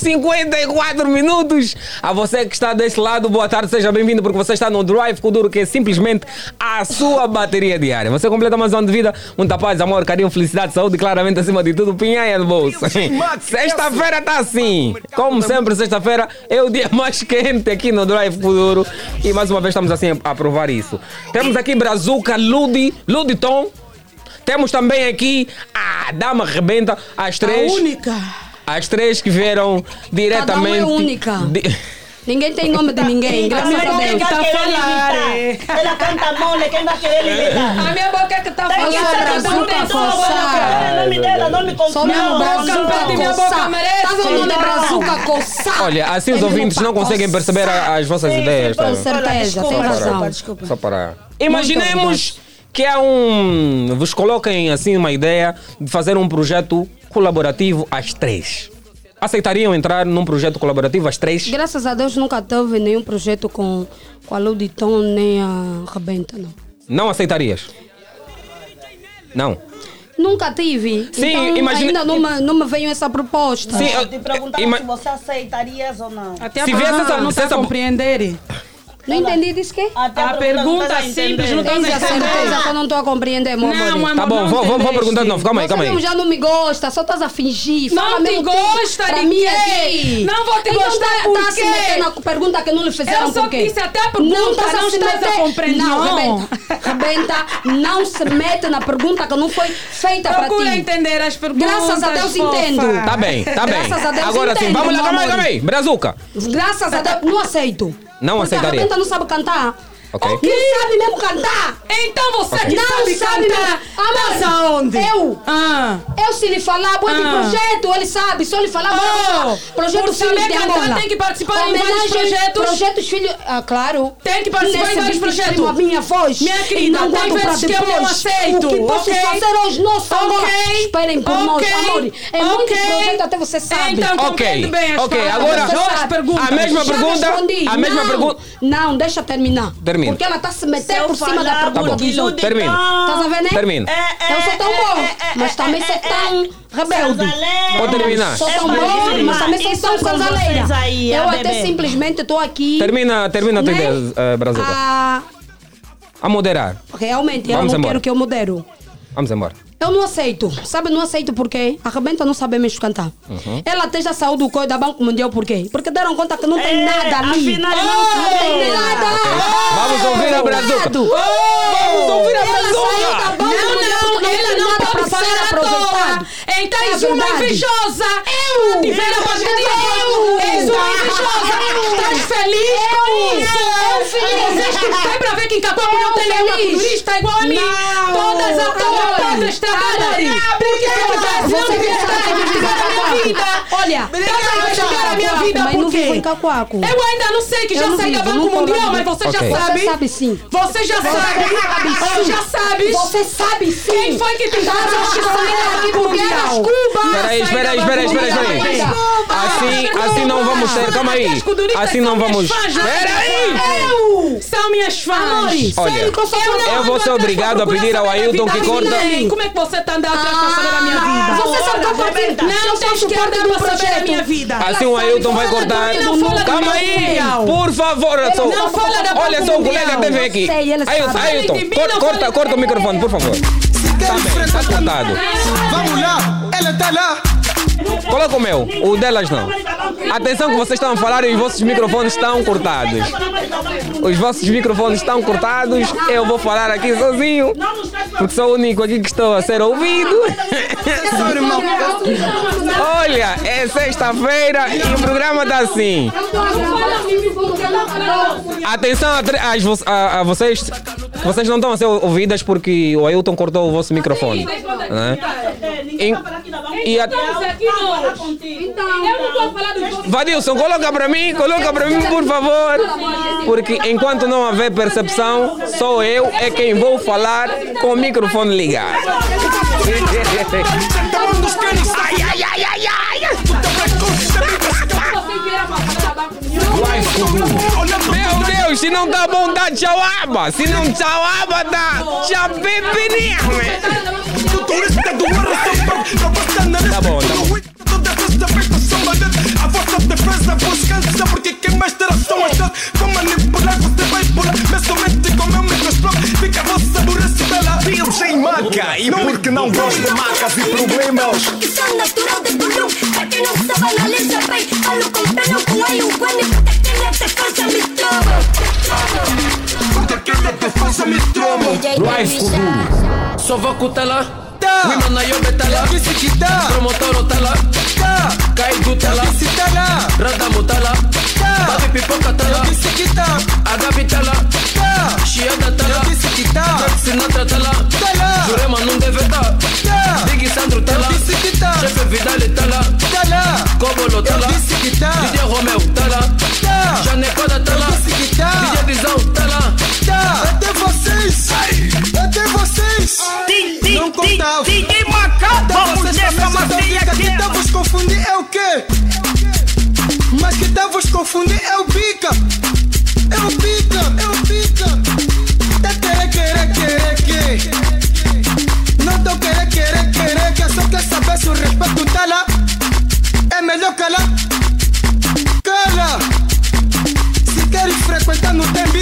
54 minutos. A você que está deste lado, boa tarde, seja bem-vindo, porque você está no Drive com o Duro, que é simplesmente a sua bateria diária. Você completa mais um ano de vida, muita paz, amor, carinho, felicidade, saúde, claramente acima de tudo, pinhanha no bolso. Sexta-feira está assim. Como sempre, sexta-feira é o dia mais quente aqui no Drive com o Duro. E mais uma vez estamos assim a provar isso. Temos aqui Brazuca, Ludi Tom. Temos também aqui a Dama Rebenta, as três. A única. As três que vieram diretamente. Cada um é única. Ninguém tem nome de ninguém, graças a Quem Deus. vai querer limitar? Ela canta mole, quem vai querer limitar? A minha boca é que está Tem que falando. ser Brazuca pessoa, coçar. o nome dela, não me Só confunda. mesmo Brazuca minha boca coçar. merece. Tá vendo o nome Brazuca coçar? Olha, assim os É mesmo ouvintes pra não conseguem coçar. perceber as vossas ideias. Com tá? certeza, tem razão. Desculpa. Só para. Imaginemos que é um. Vos coloquem assim uma ideia de fazer um projeto colaborativo às três. Aceitariam entrar num projeto colaborativo às três? Graças a Deus nunca teve nenhum projeto com a Luditon nem a Rebenta, não. Não aceitarias? Não. Nunca tive. Sim, então, imagina- ainda não me veio essa proposta. Sim, Te perguntar se você aceitarias ou não. Até Se a viesse pessoa essa- não se está a essa- compreender. Não entendi, disse que? A pergunta simples, não Tens a certeza que eu não estou a compreender, meu amor? Não, amor, Tá bom, vou perguntar de novo. Calma aí. Você já não me gosta, só estás a fingir. Não Fala te mesmo gosta pra de mim quê? aqui. Não vou te Então gostar tá por a se quê? meter na pergunta que não lhe fizeram Eu só por quê? disse até a pergunta, não se estás a meter- compreender. Não, rebenta, não se mete na pergunta que não foi feita para ti. Procura entender as perguntas. Graças a Deus fofa. entendo. Tá bem. Graças a Deus Agora sim, entendo, vamos lá, meu calma amor. aí. Brazuca. Graças a Deus, não aceito. Não Porque aceitaria. a rebenta não sabe cantar. Ok. Não sabe mesmo cantar. Então você que Não sabe sabe cantar. Amor, Mas aonde? Eu se lhe falar, bom de projeto, ele sabe. Se eu lhe falar, projeto por Filhos saber de cantar, Angola. tem que participar em vários Homenagem, projetos. Projetos Filhos, claro. Tem que participar em vários projetos. A minha voz. Minha e querida, não tem guardo pra vezes que eu não depois. aceito, O que posso ok? fazer hoje, nosso amor. Esperem por nós, Ok. amor. É muito Ok. projeto, até você sabe. Então, compreende bem as Ok, palavras. agora Olha as perguntas. a mesma Já pergunta. respondi. A mesma Não, pergunta. Não, deixa terminar. Termina. Porque ela está se meter eu por cima da falar pergunta bonito, dos outros. Termina. Estás a ver, né? Termina. Eu sou tão bom, mas também sou tão rebelde. Pode terminar. Sou tão bom, mas também sou tão sanzaleira. Eu até bebê. simplesmente estou aqui. Termina a tua né? ideia, Brazuca. A moderar. Realmente, eu Vamos não embora. quero que eu modero. Vamos embora. Eu não aceito. Sabe, não aceito por quê? A rebenta não sabe mesmo cantar. Ela até já saiu do COI da Banco Mundial por quê? Porque deram conta que não tem nada ali. afinal, Não tem nada. Vamos ouvir a Brazuca. Vamos ouvir a Ela saiu da Brazuca. Banco Mundial porque Ela tem não nada pode pra ser falar à aproveitado. toa. Então É és uma verdade. invejosa. Eu. Tiver a partir de Eu. És uma invejosa. Estás feliz com isso? Eu feliz. Tem pra ver que em Cacopo não tem nenhuma feliz. culturista igual a mim. Não. Todas a tua Amor. podres trabalham. Porque se eu tivesse, Você não devia pensa estar a que investigar a minha vida. Olha, Estás a investigar a minha vida mas por não quê? vivo em Cacoaco. Eu ainda não sei que Eu já não saí da vivo, Banco não tô Mundial, lá. mas você já Ok. sabe. Você sabe sim. Você já sabe. sim. Já sabes. Você sabe sim. Quem foi que te Estás a trouxe que saí da Banco Mundial? Espera aí. Assim não vamos ter. Calma aí. Assim não vamos. Espera aí. São minhas fãs. Amores, Olha, sério que eu sou eu vou ser obrigado a pedir ao Ailton que corta. Como é que você está andando atrás para saber da minha vida? Você sabe que eu participo. Não tens que andar para saber da minha vida. Assim o Ailton vai cortar. Não fala do Calma Banco aí. Mundial. Por favor. Não fala da Olha Banco só, o Mundial. colega teve aqui. Sei, ele sabe. Ailton, Fale de mim, não fale corta o microfone, por favor. Tá bem, tá cortado. Vamos lá, ela tá lá. Coloca o meu, o delas não. Atenção que vocês estão a falar e os vossos microfones estão cortados. Os vossos microfones estão cortados. Eu vou falar aqui sozinho, porque sou o único aqui que estou a ser ouvido. Olha, é sexta-feira e o programa está assim. Atenção a vocês. Vocês não estão a ser ouvidas porque o Ailton cortou o vosso microfone. Né? Vadilson, coloca para mim, por favor. Porque enquanto não houver percepção, sou eu é quem vou falar com o microfone ligado. Meu Deus, se não tá bom, dá tchauaba. Se não tchauaba, dá tchapepininha. Tá bom, tá bom. A vossa defesa busca porque quem mais terá são as chances. Vou manipular, você vai pular. Mas somente com meu microscópio fica a vossa aborrecida. Deus em maca. E porque não gosto de macas e problemas. Que são natural de Tulum. Pra quem não sabe, analisa bem. Falo com pena com aí um guane. Puta que na defesa me trova. Puta que na defesa me trova. Live Kuduro. Só vou cutela. Wima na yo betala. Disse que tá. Promotor tala. Cai do tala. Disse tá lá. Rada mutala. Babi pipoca tala. Disse que tá. Agabi tala. Chiada tala. Disse que tá. Sinatra tala. Jurema não deve tá. Big Sandro tala. Disse que tá. Chefe Vidal tala. Cobolo tala. Disse que tá. DJ Romeu tala. Janecoda tala. Disse que tá. DJ Visão tala. Até vocês. Até vocês. Não contava. DJ Macau. Vamos nessa macia aqui. Que tá vos confundir é o quê? Mas que tá vos confundir é o pica. É o pica. É o pica. Tá querer. Não tô querer. Que só quer saber se o respeito tá lá. É melhor calar. Cala. Se queres frequentar no tempo.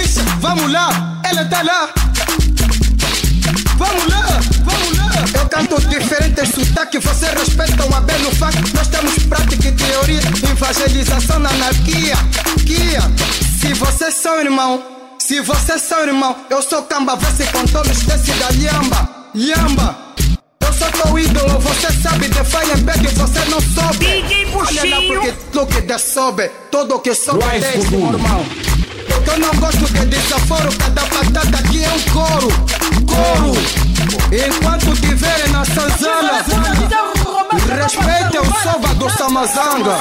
Vamos lá, ela tá lá. Vamos lá, vamos lá. Eu canto diferentes sotaques, você respeita o abelo funk. Nós temos prática e teoria, evangelização na anarquia. Se vocês são irmão, eu sou camba, você contou me esquece da Lhamba. Eu sou teu ídolo, você sabe de Fire Back, você não soube. Olha lá porque tudo que sobe, tudo que sobe é normal. Porque eu não gosto de desaforo, cada patada aqui é um coro. Enquanto tiverem na Sanzana, respeitem o sova do Samazanga.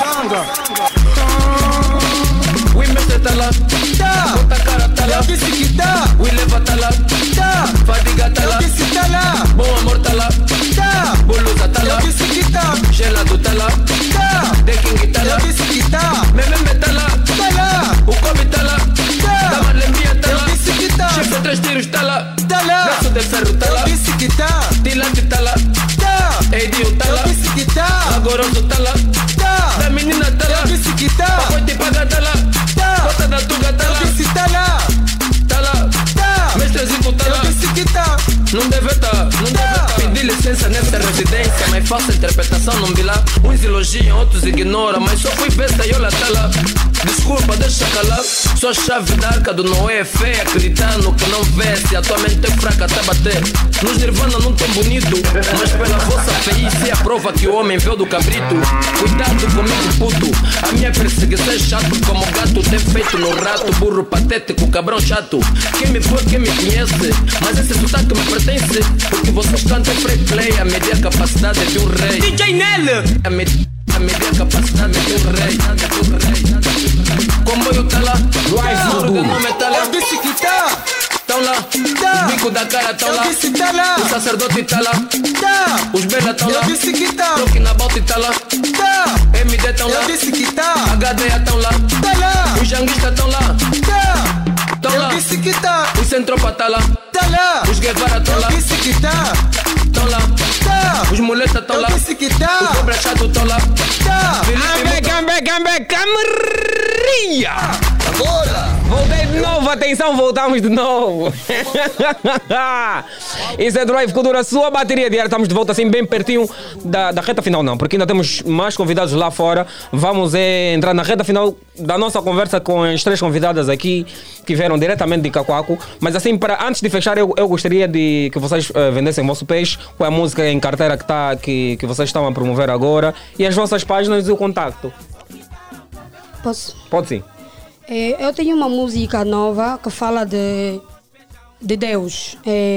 O imenso tá lá, bota a cara tá lá. Eu disse que tá. O leva tá lá, fadiga tá lá. Eu disse que tá lá. Bom amor tá lá, bolusa tá lá. Eu disse que tá. Gelado tá lá, The King tá lá. Eu disse que tá. Mememe tá lá, o Kobe tá lá, Dama Lembia tá lá. Eu disse que tá. Chefe 3 tiros tá lá, Braço de ferro tá lá. Eu disse que tá. Tilante tá lá, Edinho tá lá. Eu disse que tá. Agoroso tá lá, da menina tá lá. Eu disse que tá. Pacote paga tá lá, bota da tuga tá lá. Eu disse tá lá. Mestre Zico tá lá. Eu disse que tá. Não deve tá. Pedi licença nessa residência, mas faço interpretação, não vi lá. Uns elogiam, outros ignoram, mas só fui besta e olha tá lá. Desculpa, deixa calar. Sou a chave da arca do Noé, fé, acreditando que não vê. Se a tua mente é fraca, tá bater. Nos Nirvana não tem bonito, mas pela vossa feice é a prova que o homem veio do cabrito. Cuidado comigo, puto. A minha perseguição é chato, como gato tem feito no rato. Burro patético, cabrão chato. Quem me foi, quem me conhece, mas esse sotaque me pertence. Porque vocês cantam free play, a média capacidade de um rei. DJ Nel! A média capacidade de um rei. Comboio tá lá, o nome tá lá. Eu disse que tá. Tão lá, o bico da cara tão lá. Eu disse tá lá. O sacerdote tá lá, os bela tão lá. Eu disse que tá. Troque na bote tá lá, MD tão lá. Eu disse que tá. HDA tão lá, os janguistas tão lá. Tão lá, Eu disse que tá. os Centropa tá lá, os Guevara tão lá. Eu disse que tá. Tão lá, os muleta tão lá. Eu disse que tá. Os cobra chato tão lá. Camarria! Agora! Voltei de novo, atenção, voltamos de novo. Isso é Drive Cultura, sua bateria diária. Estamos de volta assim, bem pertinho da reta final, não, porque ainda temos mais convidados lá fora. Vamos entrar na reta final da nossa conversa com as 3 convidadas aqui que vieram diretamente de Cacoaco. Mas assim, antes de fechar, eu gostaria de que vocês vendessem o vosso peixe, qual é a música em carteira que vocês estão a promover agora e as vossas páginas e o contacto. Posso? Pode sim. Eu tenho uma música nova que fala de Deus.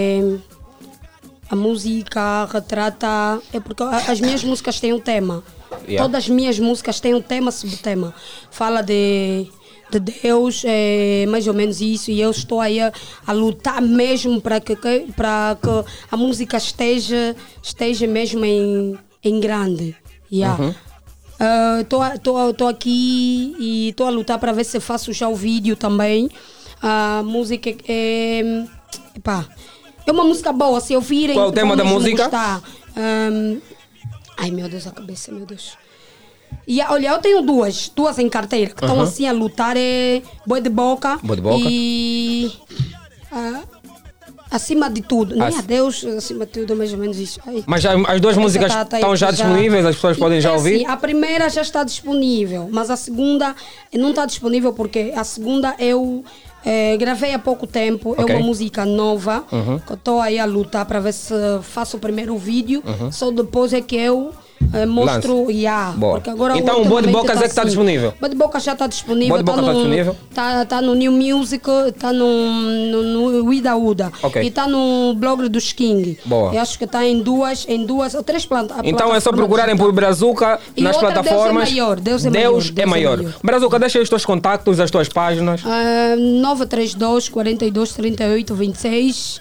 A música retrata... É porque as minhas músicas têm um tema. Yeah. Todas as minhas músicas têm um tema, subtema. Fala de Deus, mais ou menos isso. E eu estou aí a lutar mesmo para que a música esteja mesmo em grande. Yeah. Tô aqui e estou a lutar para ver se faço já o vídeo também. A música é uma música boa, se ouvirem. Qual é o tema da música? Ai meu Deus, a cabeça, meu Deus. E olha, eu tenho duas em carteira que estão assim a lutar. É Boi de Boca. E Acima de Tudo. Nem a Deus, acima de tudo, mais ou menos isso. Ai. Mas as duas músicas estão já disponíveis, as pessoas podem já ouvir? Sim, a primeira já está disponível, mas a segunda não está disponível porque a segunda eu gravei há pouco tempo. É uma música nova que eu estou aí a lutar para ver se faço o primeiro vídeo. Só depois é que eu mostro. Porque agora então o Boa de Boca que está disponível? Boa de Boca já está disponível. Boa de Boca está disponível? Está no New Music, está no Uida Uda. E está no blog dos King. Boa. Eu acho que está em duas ou 3 plataformas. Então é só procurarem por Brazuca nas plataformas. Deus é maior. Brazuca, deixa aí os teus contactos, as tuas páginas. 932 42 38 26.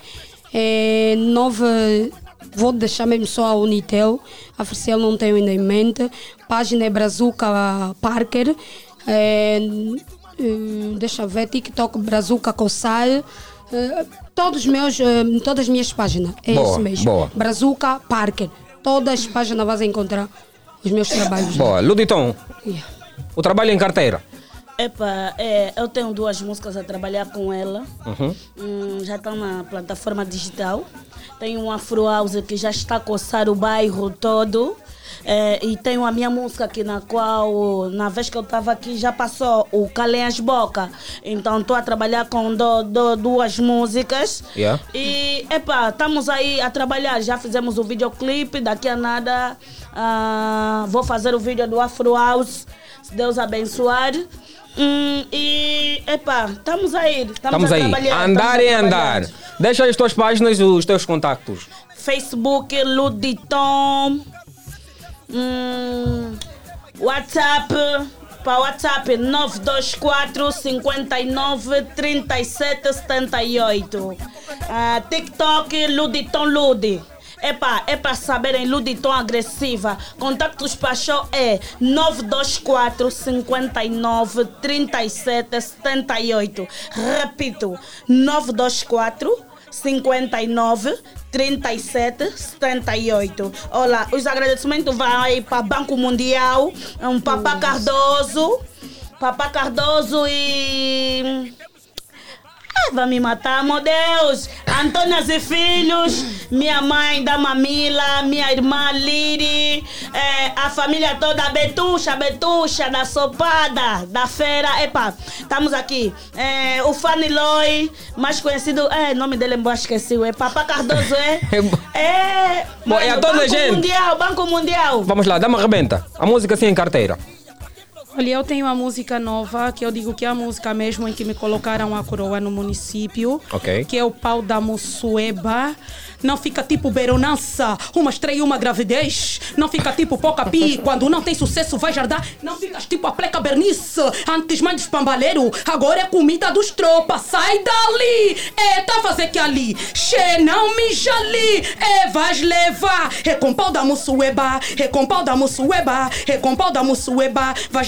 Vou deixar mesmo só a Unitel. A Oficial não tenho ainda em mente. Página é Brazuca Parker. Deixa eu ver. TikTok Brazuca Cossar. Todas as minhas páginas. É isso mesmo. Boa. Brazuca Parker. Todas as páginas vais encontrar os meus trabalhos. Boa. Luditon, o trabalho em carteira. Epa, eu tenho 2 músicas a trabalhar com ela. Já estão na plataforma digital. Tenho um Afro House que já está a coçar o bairro todo. E tenho a minha música aqui, na qual, na vez que eu estava aqui, já passou o Calem as Boca. Então estou a trabalhar com 2 músicas. E, estamos aí a trabalhar. Já fizemos o videoclipe, daqui a nada vou fazer o vídeo do Afro House, se Deus abençoar. Estamos aí. Estamos a trabalhar. Andar e andar. Deixa as tuas páginas e os teus contactos. Facebook, Luditon. WhatsApp, para WhatsApp 924 59 37 78. TikTok, Luditon Ludi. É para saberem, Luditon Agressiva. Contactos para show é 924 59 37 78. Repito, 924 59 37 78. Olá, os agradecimentos vão aí para Banco Mundial, Papá Cardoso e... vai me matar, meu Deus! Antônias e Filhos, minha mãe da Mamila, minha irmã Liri, a família toda, Betuxa, da Sopada, da Feira. Estamos aqui. O Fanny Loy, mais conhecido, o nome dele eu esqueci, Papá Cardoso, Bom, e a toda a gente. Banco Mundial. Vamos lá, dá-me arrebenta. A música assim em carteira. Olha, eu tenho uma música nova, que eu digo que é a música mesmo em que me colocaram a coroa no município, que é o Pau da Mussueba. Não fica tipo Beronança, uma estreia e uma gravidez. Não fica tipo Pocapi, quando não tem sucesso vai jardar. Não ficas tipo a pleca Bernice, antes mãe de espambaleiro. Agora é comida dos tropas, sai dali. Tá fazer que ali, che não me jali. Vais levar, com pau da Mussueba, com pau da Mussueba, com pau da Mussueba. Vais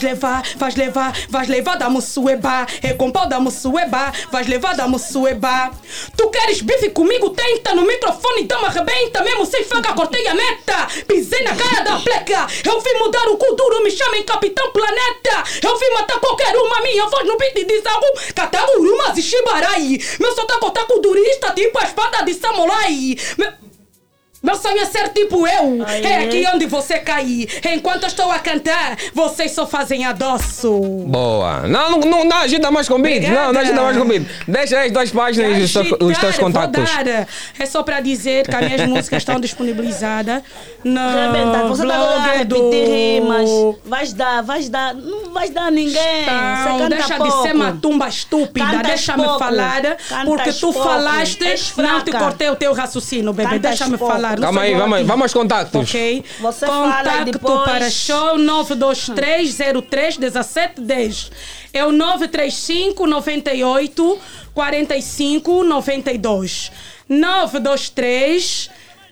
levar da Mussueba, com pau da Mussueba. Vais levar da Mussueba. Tu queres bife comigo, tenta no microfone. Então me arrebenta, mesmo sem faca, cortei a meta. Pisei na cara da pleca. Eu vim mudar o cu duro, me chamem Capitão Planeta. Eu vim matar qualquer uma, minha voz no beat diz algo. Catagurumas e Shibarai. Meu sotaque otaku durista, tipo a espada de samurai. Meu sonho é ser tipo eu. É aqui onde você cai. Enquanto eu estou a cantar, vocês só fazem adoço. Boa. Não agita mais com beat. Não agita mais com beat. Deixa aí as 2 páginas e os teus contactos. É só para dizer que as minhas músicas estão disponibilizadas no você blog tá do... rimas. Vais dar. Não vais dar a ninguém. Não, deixa pouco. De ser matumba estúpida. Deixa-me falar. Porque tu falaste, não te cortei o teu raciocínio, bebê. Deixa-me falar. Calma aí, vamos aos contactos. Ok. Você contacto fala depois. Para show 923 03 17 10. É o 935 98 45 92. 923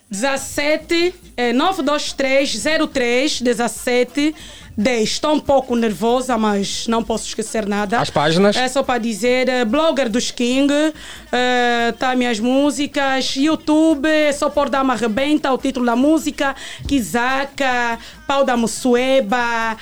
17 923 03 17 10. Estou um pouco nervosa, mas não posso esquecer nada. As páginas? É só para dizer, blogger dos King, tá minhas músicas, YouTube, é só por dar uma arrebenta, o título da música, Kizaka, Pau da Mussueba,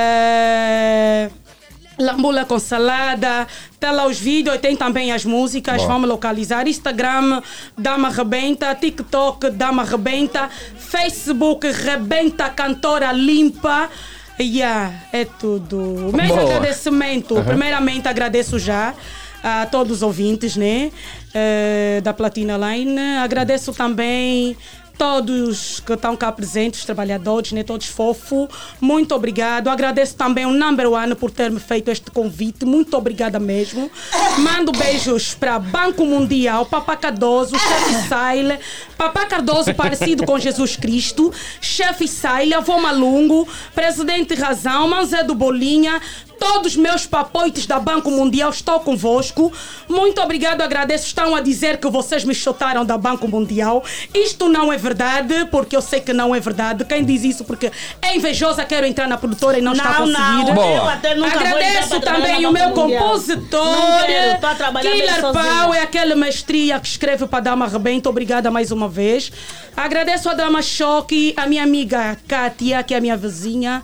Lambula com salada, tá lá os vídeos e tem também as músicas. Vamos localizar. Instagram, Dama Rebenta, TikTok, Dama Rebenta, Facebook, Rebenta Cantora Limpa. É tudo. Meus agradecimento. Primeiramente agradeço já a todos os ouvintes, né? Da Platina Line. Agradeço também todos que estão cá presentes, os trabalhadores, né? Todos fofos. Muito obrigado. Agradeço também o Number One por ter me feito este convite. Muito obrigada mesmo. Mando beijos para Banco Mundial, Papá Cardoso, Chefe Saile, Papá Cardoso parecido com Jesus Cristo, Chefe Saile, Avô Malungo, Presidente Razão, Manzé do Bolinha, todos meus papoites da Banco Mundial, estou convosco. Muito obrigado, agradeço. Estão a dizer que vocês me chutaram da Banco Mundial. Isto não é verdade, porque eu sei que não é verdade. Quem diz isso porque é invejosa, quero entrar na produtora e não está a conseguir. Agradeço também o meu compositor, Killer Pau, é aquele mestria que escreve para a Dama Rebenta. Obrigada mais uma vez. Agradeço a Dama Choque, a minha amiga Kátia, que é a minha vizinha.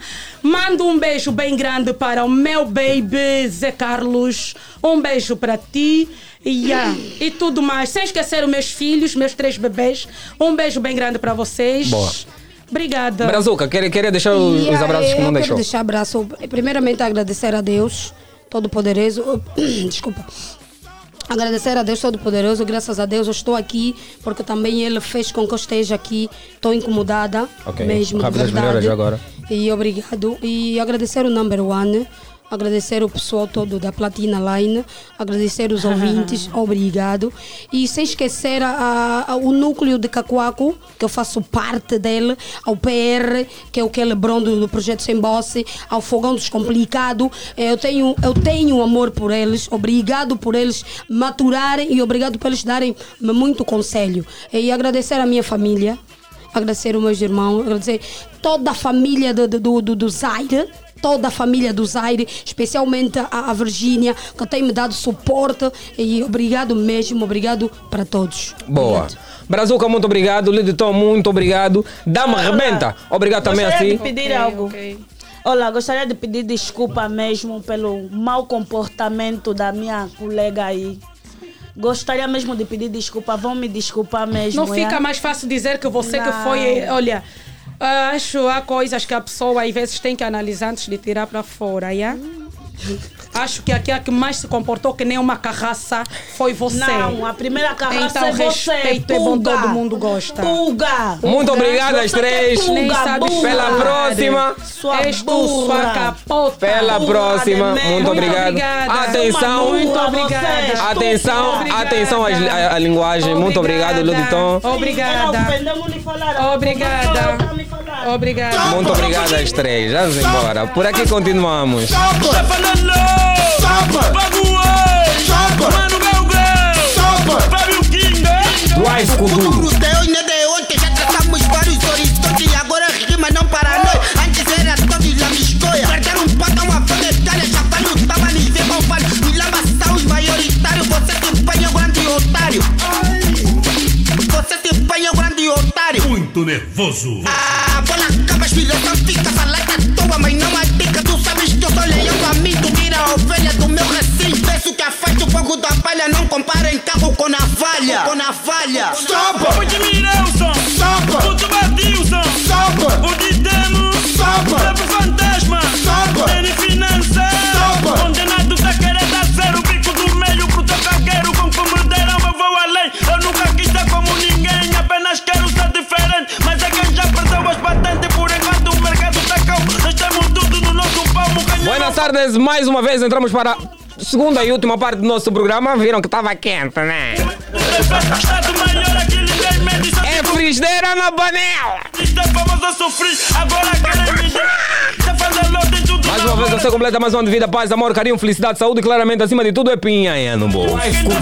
Mando um beijo bem grande para o meu baby Zé Carlos. Um beijo para ti. E tudo mais. Sem esquecer os meus filhos, meus 3 bebês. Um beijo bem grande para vocês. Boa. Obrigada. Brazuca, queria deixar os abraços que não deixou. Quero deixar abraço. Primeiramente, agradecer a Deus Todo-Poderoso. Desculpa. Agradecer a Deus Todo-Poderoso, graças a Deus eu estou aqui, porque também Ele fez com que eu esteja aqui. Estou incomodada, mesmo, de verdade. Agora. E obrigado. E agradecer o Number One, agradecer o pessoal todo da Platina Line, agradecer os ouvintes, obrigado. E sem esquecer o núcleo de Cacoaco, que eu faço parte dele, ao PR, que é o Kelly Brondo do Projeto Sem Bosse, ao Fogão Descomplicado. Eu tenho amor por eles, obrigado por eles maturarem e obrigado por eles darem muito conselho. E agradecer a minha família, agradecer os meus irmãos, agradecer toda a família do Zaire, toda a família do Zaire, especialmente a Virgínia, que tem me dado suporte, e obrigado mesmo, obrigado para todos. Boa. Obrigado. Brazuca, muito obrigado. Lidton, muito obrigado. Dama Rebenta, obrigado também Gostaria assim. de pedir algo. Olá, gostaria de pedir desculpa mesmo pelo mau comportamento da minha colega aí. Gostaria mesmo de pedir desculpa, vão me desculpar mesmo. Não fica mais fácil dizer que você que foi... Olha, acho que há coisas que a pessoa às vezes tem que analisar antes de tirar para fora, yeah? Acho que aqui a que mais se comportou que nem uma carraça foi você. Não, a primeira carraça então, é você. Respeito é bom, todo mundo gosta. Pulga. Muito obrigado às 3. Pela próxima. És tu, sua capota. Pela próxima. Muito obrigado. Atenção. Muito obrigada. Atenção à linguagem. Muito obrigado, Lidton. Obrigada. Obrigada. Muito obrigado às 3. Vamos embora. Por aqui continuamos. Drive com duro. Ontem já traçamos vários horizontes e agora rima não para nós. Antes era todos lá me escolha. Perderam um pata, uma planetária. Já vai lutar, mas nem vê mal vale. Me lava são os maioritários. Você se empenha grande otário. Você se empenha grande otário. Muito nervoso. A bola acaba, filosófica. Falar à toa, mas não há dica. Tu sabes que eu sou leão faminto. Tira a ovelha do meu recinto. Peço que afasta o fogo da palha. Não comparem carro com navalha. Com navalha. Sopa! O de Mirelson! Sopa! O de Badilson! Sopa! O de Demo! Sopa! Sempre fantasma! Sopa! Tem finança! Sopa! Condenado tá querendo dar zero. Bico do meio pro teu cargueiro. Com como deram eu vou além. Eu nunca quis ser como ninguém. Apenas quero ser diferente. Mas é quem já perdeu as patentes. Por enquanto o mercado tá calmo. Nós temos tudo no nosso palmo. Buenas tardes, mais uma vez entramos para a segunda e última parte do nosso programa. Viram que estava quente, né? É frigideira na panela. Mais uma vez você completa mais uma de vida, paz, amor, carinho, felicidade, saúde e claramente acima de tudo é pinha no bolso.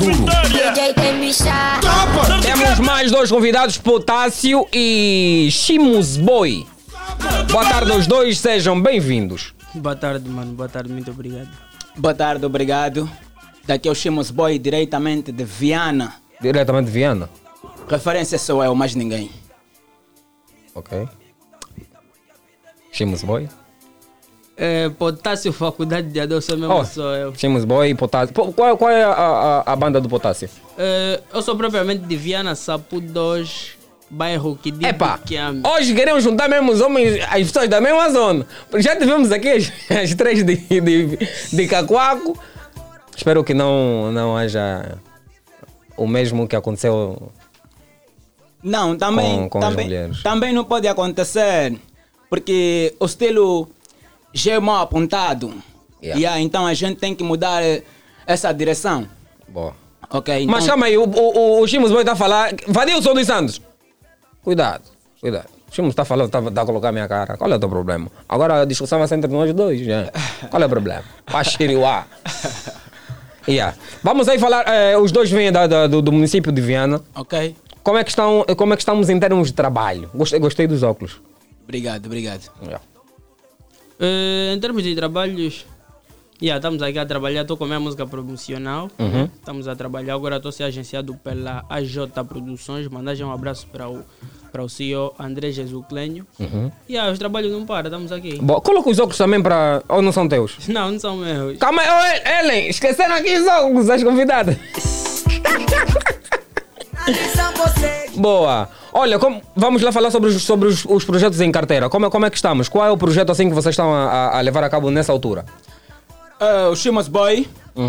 Temos mais 2 convidados, Potássio e Chimus Boy. Boa tarde aos dois, sejam bem-vindos. Boa tarde, mano. Boa tarde, muito obrigado. Boa tarde, obrigado. Daqui é o Chimus Boy, diretamente de Viana. Diretamente de Viana? Referência sou eu, mais ninguém. Ok. Chimus Boy? Potássio, Faculdade de Adoção mesmo sou eu. Chimus Boy e Potássio. Qual é a banda do Potássio? Eu sou propriamente de Viana, Sapu 2, bairro que diz que hoje queremos juntar mesmo os homens, as pessoas da mesma zona. Já tivemos aqui as 3 de Cacoaco. Espero que não haja o mesmo que aconteceu. Não, também, com as mulheres. Também não pode acontecer, porque o estilo já é mal apontado. Então a gente tem que mudar essa direção. Boa. Ok. Então... Mas calma aí, o Chimus Boy está a falar. Vadilson dos Santos. Cuidado. O Chimus está a falar, está a colocar a minha cara. Qual é o teu problema? Agora a discussão vai ser entre nós dois. Já. Qual é o problema? Pachiriuá. Vamos aí falar. Os dois vêm do município de Viana. Ok. Como é que estamos em termos de trabalho? Gostei dos óculos. Obrigado. Em termos de trabalhos, Estamos aqui a trabalhar, estou com a minha música promocional. Estamos a trabalhar, agora estou sendo agenciado pela AJ Produções. Mandar um abraço para o CEO André Jesus Clenho. Os trabalhos não param, estamos aqui. Bom, coloca os óculos também para... Ou não são teus? Não são meus. Calma aí, Ellen, esqueceram aqui os óculos, as convidadas. Boa. Olha, vamos lá falar sobre os projetos em carteira. Como é que estamos? Qual é o projeto assim que vocês estão a levar a cabo nessa altura? O Shimas Boy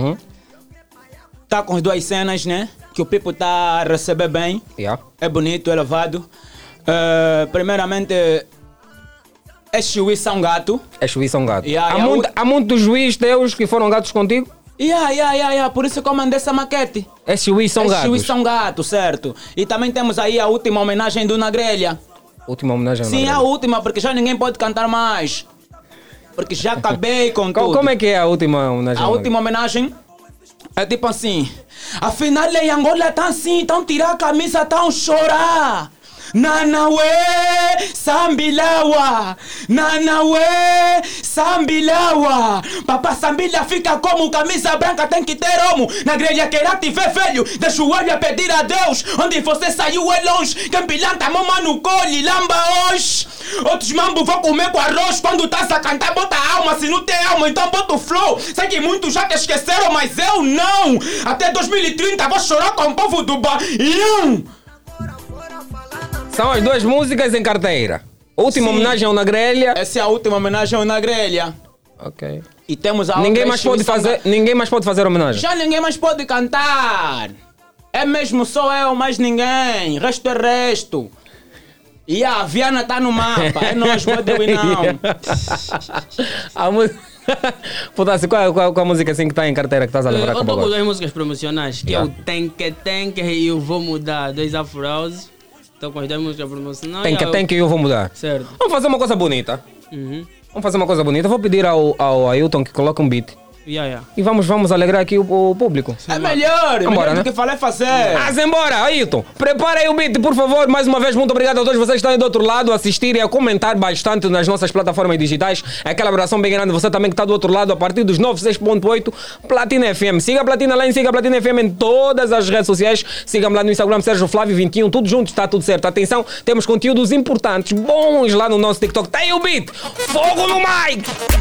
tá com as 2 cenas, né? Que o Pipo tá a receber bem. É bonito, é elevado. Primeiramente, é Chiwi São Gato. É Chiwi São Gato. Há muitos juízes teus que foram gatos contigo? Por isso que eu mandei essa maquete. É Chiwi São Gato. É Chiwi São Gato, certo. E também temos aí a última homenagem do Nagrelha. Última homenagem? Sim, a última, porque já ninguém pode cantar mais. Porque já acabei com tudo. Como é que é a última homenagem? A última homenagem é tipo assim. Afinal, em Angola tá assim, tão tirar a camisa, tão chorar. Nanawe Sambilawa, Nanawe Sambilawa. Papá Sambilha fica como camisa branca, tem que ter homo. Na grelha queira te ver velho, deixa o olho a pedir a Deus. Onde você saiu é longe, quem pilanta mama no colhe, lamba hoje. Outros mambo vão comer com arroz. Quando estás a cantar bota alma, se não tem alma então bota o flow. Sei que muitos já te esqueceram, mas eu não. Até 2030 vou chorar com o povo do Baião. São as 2 músicas em carteira. Última homenagem ao Nagrelha. Essa é a última homenagem ao Nagrelha. Ok. E temos a ninguém mais pode fazer homenagem. Já ninguém mais pode cantar. É mesmo só eu, mais ninguém. Resto é resto. E a Viana tá no mapa. É nós, Bodeu e não. A música... Puta, qual a música assim que está em carteira que estás a levar a cabo agora? Eu tô com 2 músicas promocionais, que é o Tenke e Eu Vou Mudar, 2 Afro House. Estou com as 2 músicas promocionais. Tenke e Eu Vou Mudar. Certo. Vamos fazer uma coisa bonita. Vamos fazer uma coisa bonita. Vou pedir ao Ailton que coloque um beat. E vamos alegrar aqui o público. É melhor, melhor do que falar fazer. Mas embora, Ailton, prepara aí o beat, por favor. Mais uma vez, muito obrigado a todos vocês que estão aí do outro lado a assistir e a comentar bastante nas nossas plataformas digitais. Aquela abração bem grande, você também que está do outro lado a partir dos 96.8 Platina FM. Siga a Platina lá, siga a Platina FM em todas as redes sociais. Siga-me lá no Instagram, Sérgio Flávio 21, tudo junto, está tudo certo. Atenção, temos conteúdos importantes, bons lá no nosso TikTok. Tem o beat, fogo no mic!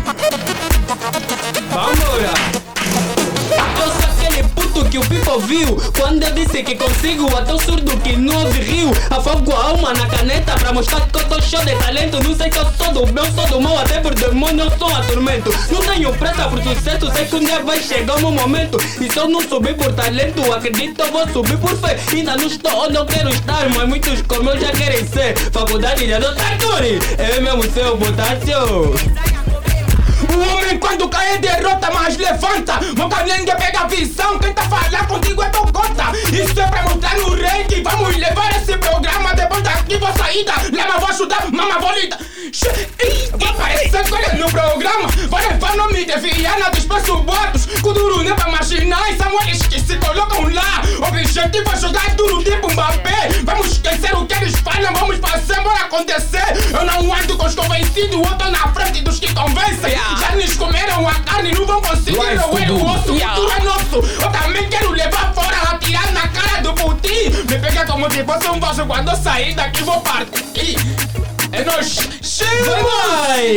Vamos! Eu sou aquele puto que o Pipo viu quando eu disse que consigo até o surdo que não ouve rio. Afogo a alma na caneta pra mostrar que eu tô cheio de talento. Não sei que eu sou do bem, sou do mal, até por demônio eu sou um atormento. Não tenho pressa por sucesso, sei que um dia vai chegar o meu momento. E se eu não subir por talento, acredito eu vou subir por fé. Ainda não estou onde eu quero estar, mas muitos como eu já querem ser. Faculdade de Adotadori, é mesmo seu botácio. O homem quando cai é derrota, mas levanta. Meu calengue pega a visão, quem tá falando contigo é teu conta. Isso é pra mostrar no ranking. Vamos levar esse programa, depois daqui vou saída. Lema vou ajudar, mama vou lidar. Vai aparecer coisa no programa. Vai levar nome de Viana, dispenso boatos. Kuduro nem pra marginais, são eles que se colocam lá. O objetivo é jogar duro tipo Mbappé. Vamos esquecer o que eles falam, vamos fazer, bora acontecer. Eu não ando com os convencidos, eu tô na frente dos que convencem. Já nos comeram a carne, não vão conseguir roer o osso. O futuro é nosso. Eu também quero levar fora, atirar na cara do putinho. Me pega como se fosse um vaso, quando eu sair daqui vou partir. É nóis! Vai!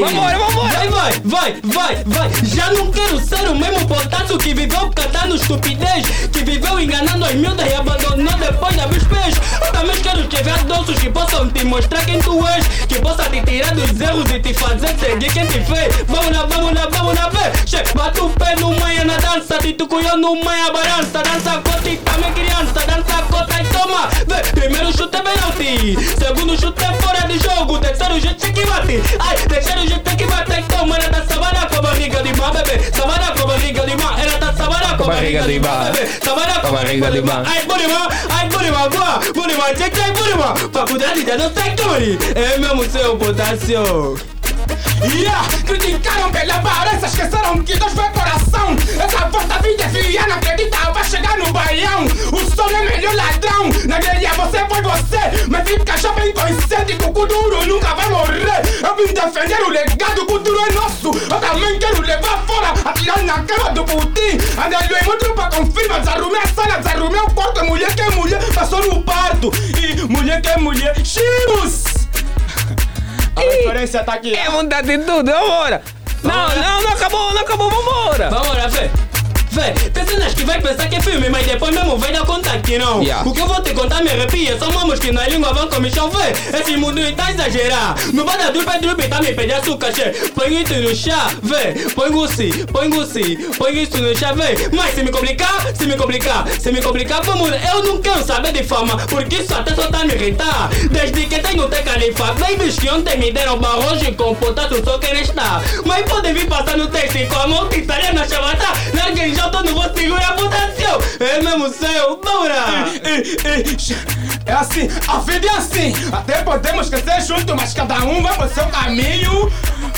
Vai! Já não quero ser o mesmo potato que viveu cantando estupidez, que viveu enganando as miúdas e abandonou depois a meus pés. Eu também quero chegar doces que possam te mostrar quem tu és, que possa te tirar dos erros e te fazer seguir quem te fez. Vamos lá, vê! Bate o pé no manha na dança, te tucuiu no manha balança. Dança cota e também criança, dança cota e toma. Vê, primeiro chute é penalti, segundo chute é fora de jogo. Terceiro jeito tem que bater, terceiro jeito tem que bater. Então, ela tá sabana com a barriga de má, bebê. Sabana com a barriga de má, ela tá sabana com a barriga de má, bebê. Sabana com a barriga de má. Ai, Burima, Burima. Faculdade de Adotadori, é mesmo seu potássio. Criticaram pela aparência, esqueceram que Deus vê coração. Essa voz da vida é fria, não acredita, vai chegar no Baião. O som é melhor ladrão. Na grelha você vai foi você. Mas fica já bem consciente que o Kuduro nunca vai morrer. Eu vim defender o legado, o Kuduro é nosso. Eu também quero levar fora, atirar na cara do Putin. Andei em outro pra confirmar, desarrumei a sala, desarrumei o quarto. Mulher que é mulher, passou no parto. E mulher que é mulher, chimos! A referência tá aqui. É muita atitude, vambora. Não acabou, vambora. Vambora, Fê. Fê, tem cenas que vai pensar que é filme, mas depois mesmo vai dar conta que não. O que eu vou te contar me arrepia. São mamos que na língua vão comichão, Fê. Esse mundo tá exagerar. No bada drupe, tá me pedindo açúcar, che. Põe isso no chá, Fê. Põe isso no chá, Fê. Mas se me complicar, vamos. Eu não quero saber de fama, porque isso até só tá me irritar. Desde que tenho Te Califa, babies que ontem me deram barrojo com potato, só querem estar. Mas podem vir passar no texto com a mão que estaria na chavata. Larguem já, todo vou segurar a votação. É mesmo seu, bora! É assim, a vida é assim. Até podemos crescer juntos, mas cada um vai pro seu caminho.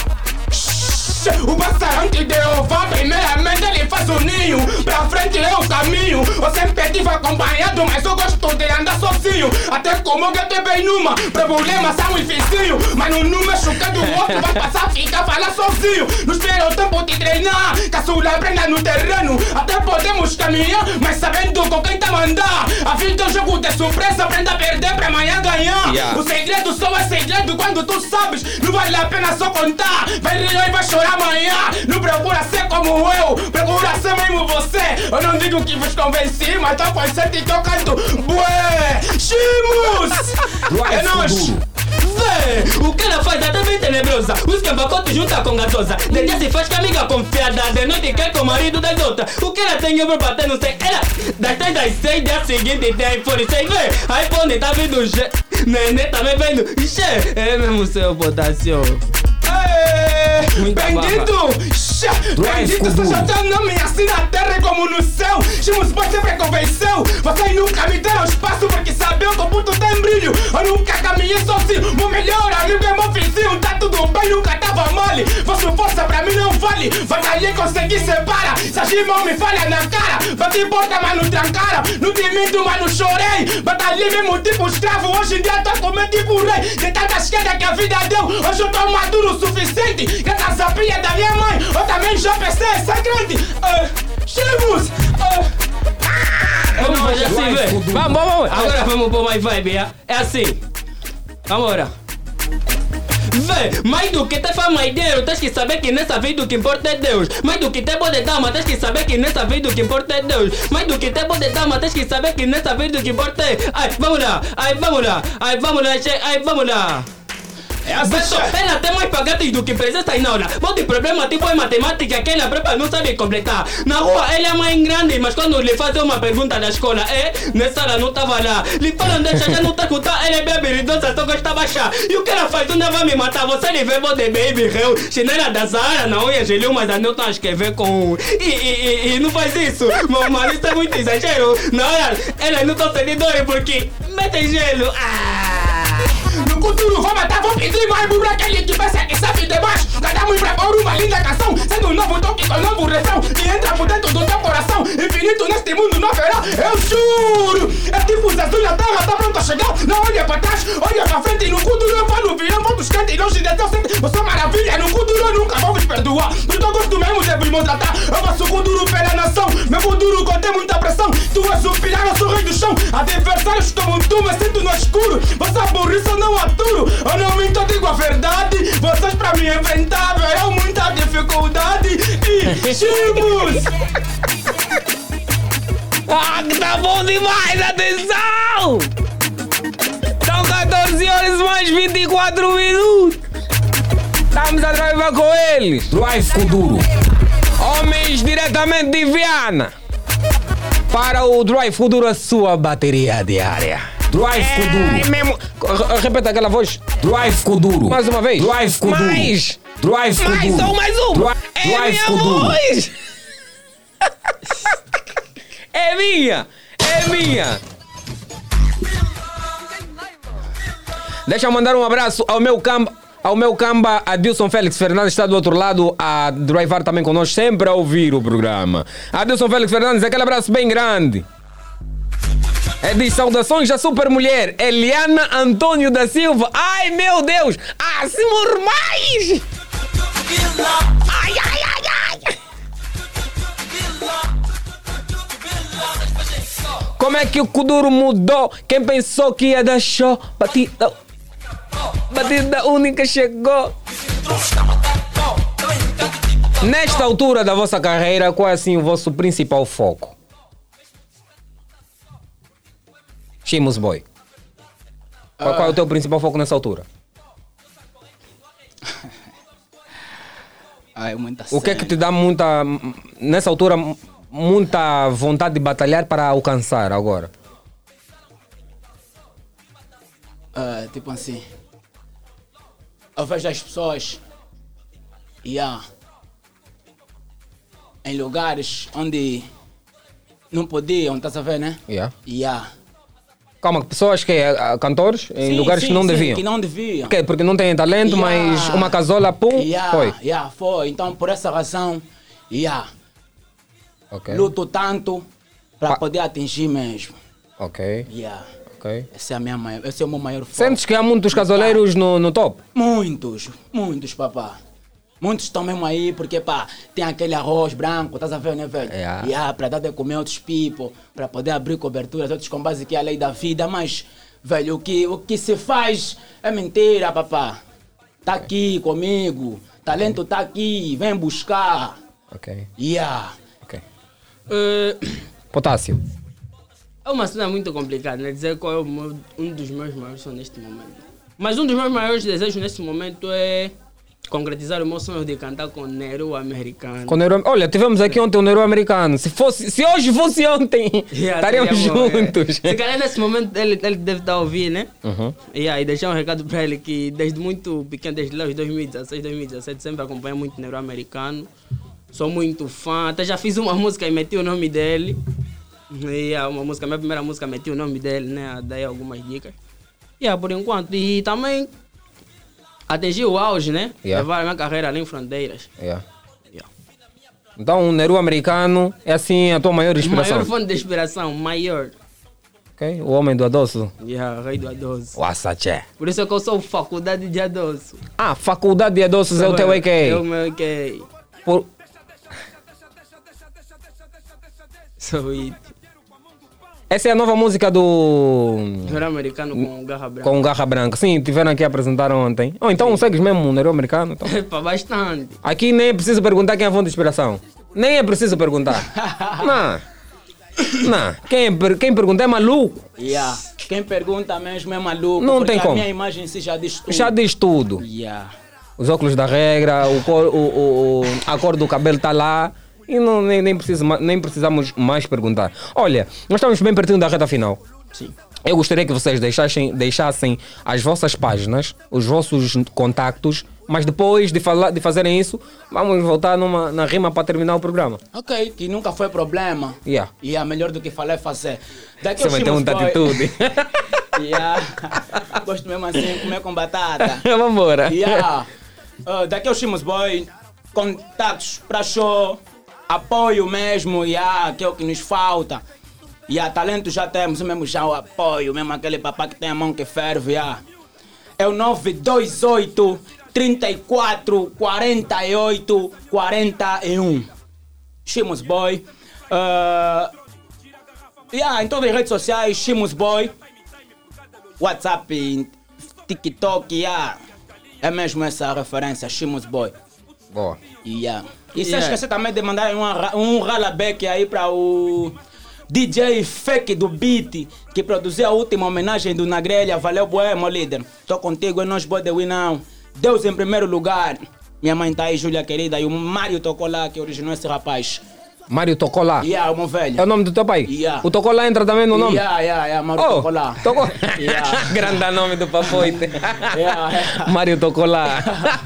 O passarão que deu vá, primeiramente ele faz o ninho. Pra frente é o caminho. Eu sempre estive acompanhado, mas eu gosto de andar sozinho. Até como eu até bem numa, problemas são um vizinho. Mas no número chocando o outro vai passar a ficar falar sozinho. Não espera o tempo de treinar, caçula aprenda no terreno. Até podemos caminhar, mas sabendo com quem tá mandar. A vida é um jogo de surpresa, aprenda a perder pra amanhã ganhar. O segredo só é segredo quando tu sabes. Não vale a pena só contar. Vai rir e vai chorar amanhã. Não procura ser como eu, procura ser mesmo você. Eu não digo que vos convenci, mas tô consciente que eu canto bué. Chimos! É nóis! Vê, o que ela faz até bem tenebrosa. Os cambacotes junta com gasosa. De dia se faz com amiga confiada, de noite quer com o marido das outras. O que ela tem eu pra bater não sei. Ela, das 3 às 6, dia seguinte tem iPhone 6. Vê, iPhone tá vendo G, neném tá me vendo G. É mesmo seu votação. Bendito! Bendito seja teu nome, assim na terra como no céu. Chimos boy sempre convenceu. Vocês nunca me deram espaço porque sabiam que o puto tem brilho. Eu nunca caminhei sozinho. Meu melhor amigo é meu vizinho. Tá tudo bem, nunca tava mole. Vossa força pra mim não vale. Vai ali conseguir separar. Se a gima me falha na cara. Bati porta, mas não trancaram. Não te minto, mas não chorei. Bata ali mesmo tipo escravo. Hoje em dia tô comendo tipo rei. De tanta esquerda que a vida deu. Hoje eu tô maduro o suficiente. Graças à pilha da minha mãe. Eu também já pensei, secreto. Chimos! Vamos fazer assim, velho. Vamos. Agora vamos pôr mais vibe, é assim. Vambora. Vê, mais do que ter fama e dinheiro, tens que saber que nessa vida o que importa é Deus. Mais do que ter poder dama, tens que saber que nessa vida o que importa é Deus. Mais do que ter poder dama, tens que saber que nessa vida o que importa é. Ai, vamos lá. Ela tem mais pagadas do que presença em aula. Bom de problema tipo em matemática que ela própria não sabe completar. Na rua ela é mais grande, mas quando lhe fazem uma pergunta na escola, nessa ela não tava lá. Lhe falam deixa, já não tá escutando, ela é bem habilidosa, só gosta de baixar. E o que ela faz? Não vai me matar, você lhe vê bom de baby hell. Chinela da Zara, na unha gelou, mas a não tá a escrever com e não faz isso. Mano, isso é muito exagero. Na hora, elas não estão seguidores porque metem gelo. No futuro vou matar, vou pedir mais burra aquele que pensa que sabe demais. Cada um pra pôr uma linda canção, sendo um novo toque com um novo refrão. E entra por dentro do teu coração, infinito neste mundo não verá, eu juro. É tipo os azuis na terra, tá pronto a chegar. Não olha pra trás, olha pra frente. E no futuro eu vou no virão, vou dos cantos e longe de Deus. Eu sou maravilha, no futuro eu nunca vou vos perdoar. Porque eu gosto mesmo de vos maltratar. Eu faço o futuro pela nação, meu futuro contém muita pressão. Tu és o pilar, eu sou o rei do chão. Adversários como tu, me sinto no escuro. Vossa burrice eu não aturo, eu não minto, eu digo a verdade. Vocês pra me enfrentar verão muita dificuldade. E chimos! Que tá bom demais, atenção! São 14 horas mais 24 minutos. Estamos a drivar com eles. Drive com duro. Homens diretamente de Viana. Para o Drive com duro, a sua bateria diária. Drive com duro. Mesmo. Repeta aquela voz. Drive com duro. Mais uma vez. Drive com duro. Mais. Drive com duro. Mais uma. Drive com duro. Voz. É minha. Deixa eu mandar um abraço ao meu camba, Adilson Félix Fernandes, está do outro lado a drivar também conosco, sempre a ouvir o programa. Adilson Félix Fernandes, aquele abraço bem grande. É de saudações da super mulher, Eliana Antônio da Silva. Ai, meu Deus! Se normais! Ai, ai, ai, ai! Como é que o Kuduro mudou? Quem pensou que ia dar show? Batida única chegou. Nesta altura da vossa carreira, qual é assim o vosso principal foco? Chimos Boy. Qual é o teu principal foco nessa altura? O que é que te dá nessa altura, muita vontade de batalhar para alcançar agora? Tipo assim, eu vejo as pessoas em lugares onde não podiam, estás a ver, né? Calma, pessoas que cantores em lugares que não deviam. Que não deviam. Okay, porque não têm talento, mas uma casola, pum, foi. Foi. Então, por essa razão, luto tanto para poder atingir mesmo. Ok. Esse é o meu maior foco. Sentes que há muitos casoleiros no top? Muitos, papá. Muitos estão mesmo aí porque, tem aquele arroz branco, estás a ver, né, velho? Para dar de comer outros people, para poder abrir coberturas, outros com base que é a lei da vida, mas, velho, o que se faz é mentira, papá. Tá aqui comigo, talento tá aqui, vem buscar. Potássio. É uma cena muito complicada, né? Dizer qual é um dos meus maiores sonhos neste momento. Mas um dos meus maiores desejos neste momento é concretizar o meu sonho de cantar com Nero americano. Olha, tivemos aqui ontem o Nero americano. Se hoje fosse ontem, estaríamos juntos. Se calhar nesse momento ele deve estar a ouvir, né? E deixar um recado para ele que desde muito pequeno, desde lá os 2016, 2017, sempre acompanho muito Nero americano. Sou muito fã, até já fiz uma música e meti o nome dele. Minha primeira música meti o nome dele, né? Daí algumas dicas. Por enquanto. E também atingir o auge, né? Levar a minha carreira além fronteiras. Então o Nero americano é assim a tua maior inspiração? Maior fonte de inspiração, maior. O homem do adoço? Rei do adoço. Wassaché. Por isso é que eu sou faculdade de adoço. Faculdade de adoços é o teu AKA? É o meu AKA. Sou it. Essa é a nova música do Nero americano com Garra Branca. Com Garra Branca. Sim, tiveram aqui a apresentar ontem. Então segues mesmo o Nero americano? Então. Bastante. Aqui nem é preciso perguntar quem é a fonte de inspiração. Nem é preciso perguntar. Não. Quem pergunta é maluco. Quem pergunta mesmo é maluco. Não tem como. A minha imagem em si já diz tudo. Já diz tudo. Os óculos da regra, a cor do cabelo está lá. E nem precisamos mais perguntar. Olha, nós estamos bem pertinho da reta final. Sim. Eu gostaria que vocês deixassem as vossas páginas, os vossos contactos, mas depois de fazerem isso, vamos voltar na rima para terminar o programa. Ok, que nunca foi problema. Melhor do que falar é fazer. Daqui você vai ter muita atitude. Gosto mesmo assim, comer com batata. Vamos embora. Daqui ao Chimos Boy, contatos para show. Apoio mesmo, que é o que nos falta. Talento já temos, mesmo já o apoio, mesmo aquele papá que tem a mão que ferve. É o 928 34 48 41. Chimos Boy. Em todas as redes sociais, Chimos Boy. WhatsApp, TikTok, é mesmo essa referência, Chimos Boy. Boa. E sem esquecer também de mandar um ralaback aí para o DJ Fake do Beat, que produziu a última homenagem do Nagrelha. Valeu, boé, meu líder. Tô contigo, é nós, boy de Winão. Deus em primeiro lugar. Minha mãe tá aí, Júlia querida, e o Mário tocou lá, que originou esse rapaz. Mário tocou lá? O meu velho. É o nome do teu pai? O tocou lá entra também no nome? Mário tocou lá. Tocou? Grande nome do papoite. Mário tocou lá.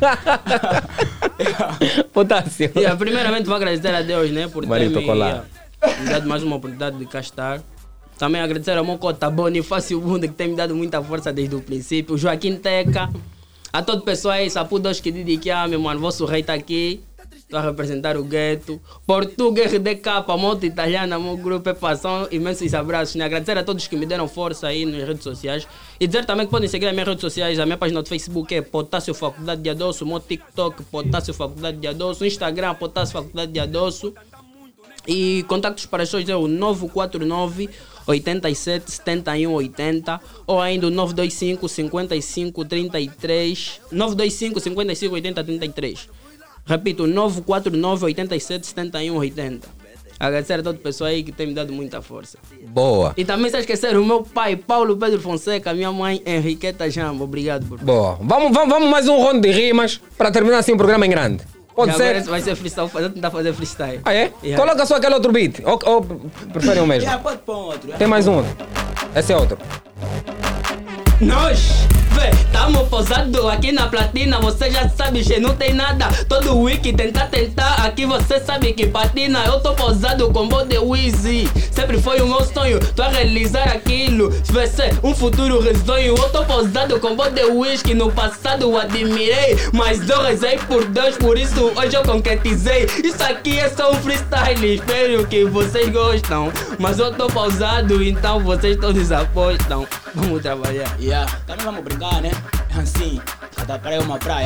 Potássio. Primeiramente vou agradecer a Deus, né, por ter me dado mais uma oportunidade de cá estar. Também agradecer ao meu cota Bonifácio Bunda, que tem me dado muita força desde o princípio. Joaquim Teca. A todo pessoal aí, Sapu Deus que dedique, meu mano, vosso rei tá aqui. estou a representar o gueto. Português RDK, moto italiana, meu grupo é passão. Imensos abraços. Né? Agradecer a todos que me deram força aí nas redes sociais. E dizer também que podem seguir as minhas redes sociais. A minha página do Facebook é Potássio Faculdade de Adoço. Meu TikTok, Potássio Faculdade de Adoço. Instagram, Potássio Faculdade de Adoço. E contactos para shows é o 949 87 71 80 ou ainda o 925 55 33 925 55 80 33. Repito, 949 87 71 80. Agradecer a todo o pessoal aí que tem me dado muita força. Boa. E também sem esquecer o meu pai, Paulo Pedro Fonseca, minha mãe, Henriqueta Jambo. Obrigado por... Boa. Vamos mais um round de rimas para terminar assim o programa em grande. Pode ser? Agora vai ser freestyle, vou tentar fazer freestyle. Ah, é? Yeah. Coloca só aquele outro beat. Ou preferem o mesmo? Pode pôr outro. Tem mais um. Esse é outro. Nós, tamo pousado aqui na platina. Você já sabe, che, não tem nada. Todo week tentar. Aqui você sabe que patina. Eu tô pousado com bode Wheezy. Sempre foi o meu sonho, tô a realizar aquilo. Vai ser um futuro risonho. Eu tô pousado com bode Whisky. No passado admirei, mas eu rezei por Deus. Por isso hoje eu concretizei. Isso aqui é só um freestyle. Espero que vocês gostam. Mas eu tô pausado, então vocês todos apostam. Vamos trabalhar. Também vamos brincar, né? Assim, cada praia é uma praia.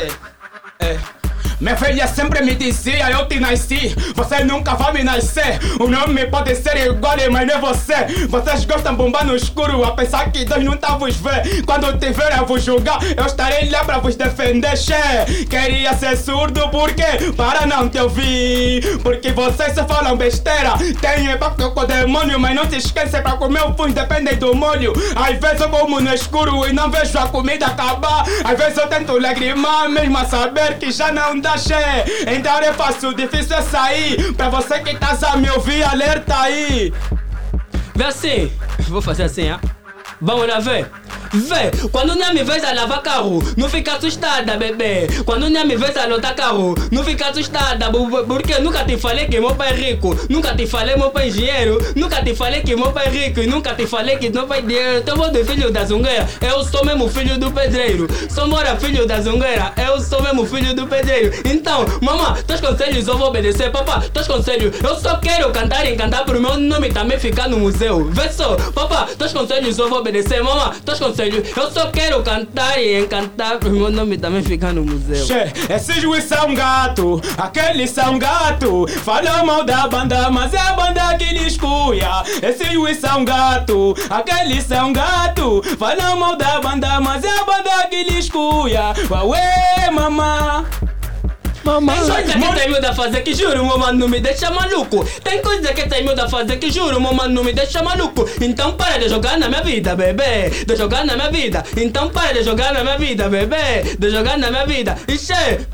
Minha filha sempre me dizia, eu te nasci, você nunca vai me nascer. O nome pode ser igual, mas não é você. Vocês gostam de bombar no escuro, a pensar que Deus não tá vos ver. Quando tiver a vos julgar, eu estarei lá pra vos defender, che. Queria ser surdo, por quê? Para não te ouvir. Porque vocês só falam besteira. Tem pacto com o demônio, mas não se esquece, pra comer o fundo depende do molho. Às vezes eu como no escuro e não vejo a comida acabar. Às vezes eu tento lagrimar, mesmo a saber que já não dá. Então é fácil, difícil é sair. Pra você que tá a me ouvir, alerta aí. Vê assim, vou fazer assim, ó. Vamos lá ver. Vê, quando nem me vês a lavar carro, não fica assustada, bebê. Quando nem me vês a lotar carro, não fica assustada. Porque nunca te falei que meu pai é rico. Nunca te falei meu pai é engenheiro. Nunca te falei que meu pai é rico. E nunca te falei que meu pai é dinheiro. Então vou do filho da zungueira. Eu sou mesmo filho do pedreiro. Sou mora filho da zungueira. Eu sou mesmo filho do pedreiro. Então, mamãe, teus conselhos eu vou obedecer. Papá, teus conselhos eu só quero cantar e encantar pro meu nome também ficar no museu. Vê só, papá, teus conselhos eu vou obedecer. Mamãe, teus conselhos eu só quero cantar e encantar pro meu nome também ficar no museu. Che, esses juízes são gato, aqueles são gato. Falam mal da banda, mas é a banda que lhes cuia. Esses juízes são gato, aqueles são gato. Falam mal da banda, mas é a banda que lhes cuia. Ué, mamá. Tem coisa que tem medo a fazer que juro, meu mano, não me deixa maluco. Tem coisa que tem medo a fazer que juro, meu mano, não me deixa maluco. Então para de jogar na minha vida, bebê. De jogar na minha vida. Então para de jogar na minha vida, bebê. De jogar na minha vida. Ixi.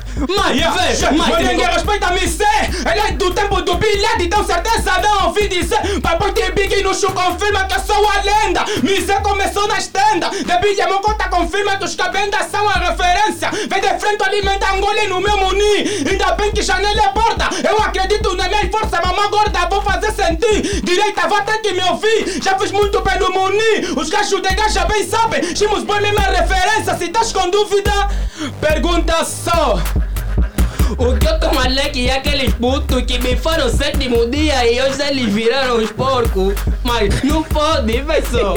Mas ninguém respeita-me, ele é do tempo do bilhete, então certeza não ouvi dizer. Papai tem big no show, confirma que eu sou a lenda. Mise começou na estenda, de bilha meu conta confirma que os cabendas são a referência. Vem de frente alimenta Angola no meu muni. Ainda bem que janela é porta, eu acredito na minha força, mamãe gorda, vou fazer sentir. Direita vai ter que me ouvir, já fiz muito pelo muni. Os gajos de gaja bem sabem, Chimos Boy mesma referência. Se estás com dúvida, pergunta só. O que eu tô maleque e aqueles putos que me foram o sétimo dia e hoje eles viraram os porcos. Mas não pode, vê só.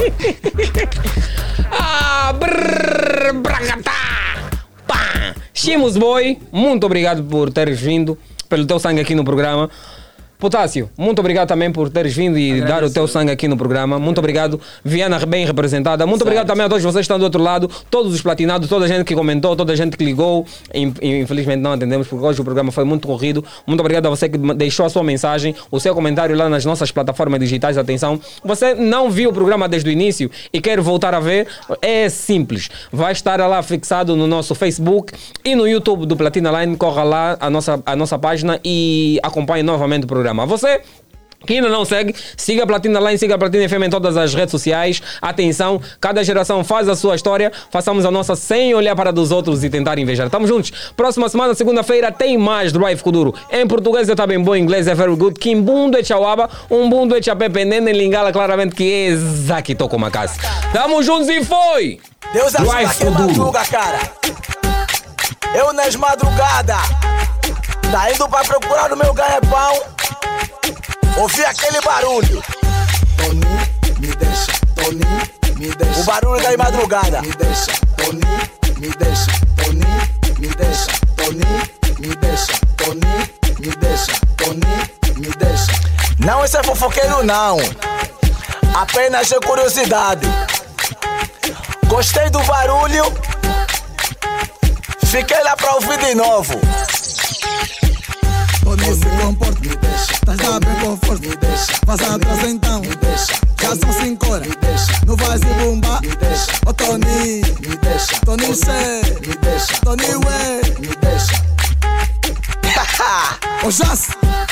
Chimos Boy, muito obrigado por teres vindo, pelo teu sangue aqui no programa. Potássio, muito obrigado também por teres vindo e dar o teu sangue aqui no programa. Muito obrigado. Viana bem representada. Muito obrigado também a todos vocês que estão do outro lado. Todos os platinados, toda a gente que comentou, toda a gente que ligou. Infelizmente não atendemos porque hoje o programa foi muito corrido. Muito obrigado a você que deixou a sua mensagem, o seu comentário lá nas nossas plataformas digitais. Atenção, você não viu o programa desde o início e quer voltar a ver? É simples. Vai estar lá fixado no nosso Facebook e no YouTube do Platina Line. Corra lá a nossa página e acompanhe novamente o programa. Você que ainda não segue, siga a Platina Line, siga a Platina FM em todas as redes sociais. Atenção, cada geração faz a sua história. Façamos a nossa sem olhar para dos outros e tentar invejar. Estamos juntos. Próxima semana, segunda-feira, tem mais Drive Kuduro. Em português está bem bom, em inglês é very good. Kimbundo é chauaba, bundo é chapepe, nene lingala, claramente que é Zaki Toko Makasi. Estamos juntos e foi! Deus ajuda quem madruga, cara. Eu nas madrugadas. Ainda indo pra procurar o meu ganha-pão, ouvi aquele barulho. Tony, me deixa, Tony, me deixa. O barulho da madrugada. Me deixa, Tony, me deixa, Tony, me deixa, Tony, me deixa, Tony, me deixa, Tony, me deixa. Não, esse é fofoqueiro não, apenas é curiosidade. Gostei do barulho, fiquei lá pra ouvir de novo. Tony se comporta, me deixa. Estás lá bem com força, me deixa. Vaza atrás então, me deixa. Já são 5 horas, me deixa. Não vais e bomba, me deixa. Oh Tony, me deixa. Tony C, me deixa. Tony Ué, me deixa. Oh Jass,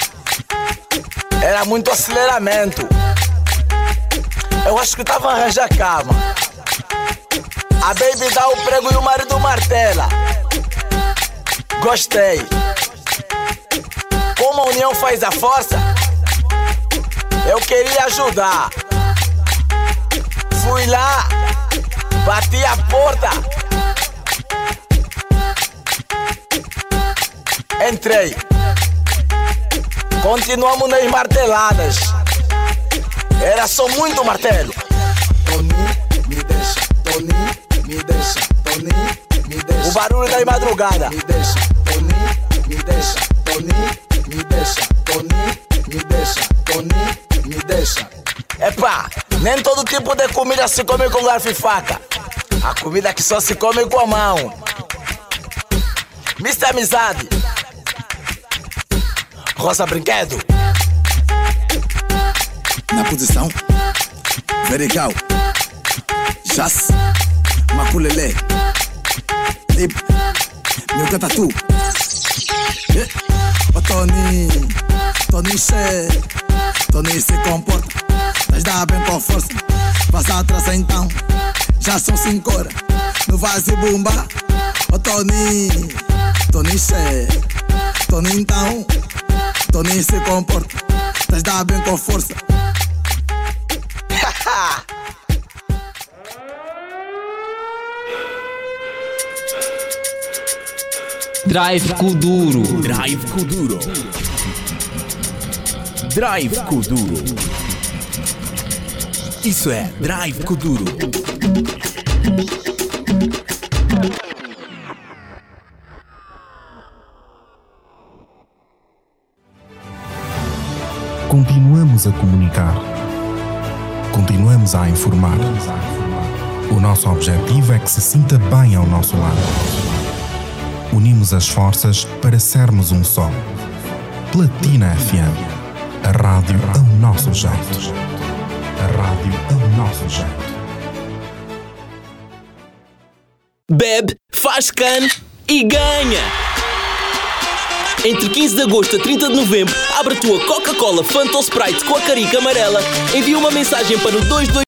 era muito aceleramento. Eu acho que tava a arranjar cama. A baby dá o prego e o marido martela. Gostei. Como a união faz a força, eu queria ajudar. Fui lá, bati a porta, entrei. Continuamos nas marteladas. Era só muito martelo. Tony, me deixa. Tony, me deixa. Tony, me deixa. O barulho da madrugada. Me deixa. Tony, me deixa. Tony, me deixa. Tony, me deixa. Tony, me deixa. Epá, nem todo tipo de comida se come com garfo e faca. A comida que só se come com a mão. Mr. Amizade, Rosa Brinquedo. Na posição vertical, Jass, Maculele, Lip, meu gatatu. Oh Tony, Tony C, Tony se comporta. Estás lá bem com força, passa atrás então. Já são 5 horas, não vais e bomba. Oh Tony, Tony C, Tony então. Tony se comporta, estás lá bem com força. Drive Kuduro. Drive Kuduro. Drive Kuduro. Isso é Drive Kuduro. Continuamos a comunicar. Continuamos a informar. O nosso objetivo é que se sinta bem ao nosso lado. Unimos as forças para sermos um só. Platina FM. A rádio ao nosso jeito. A rádio ao nosso jeito. Bebe, faz can e ganha! Entre 15 de agosto a 30 de novembro, abre a tua Coca-Cola Fanta ou Sprite com a carica amarela. Envia uma mensagem para o 22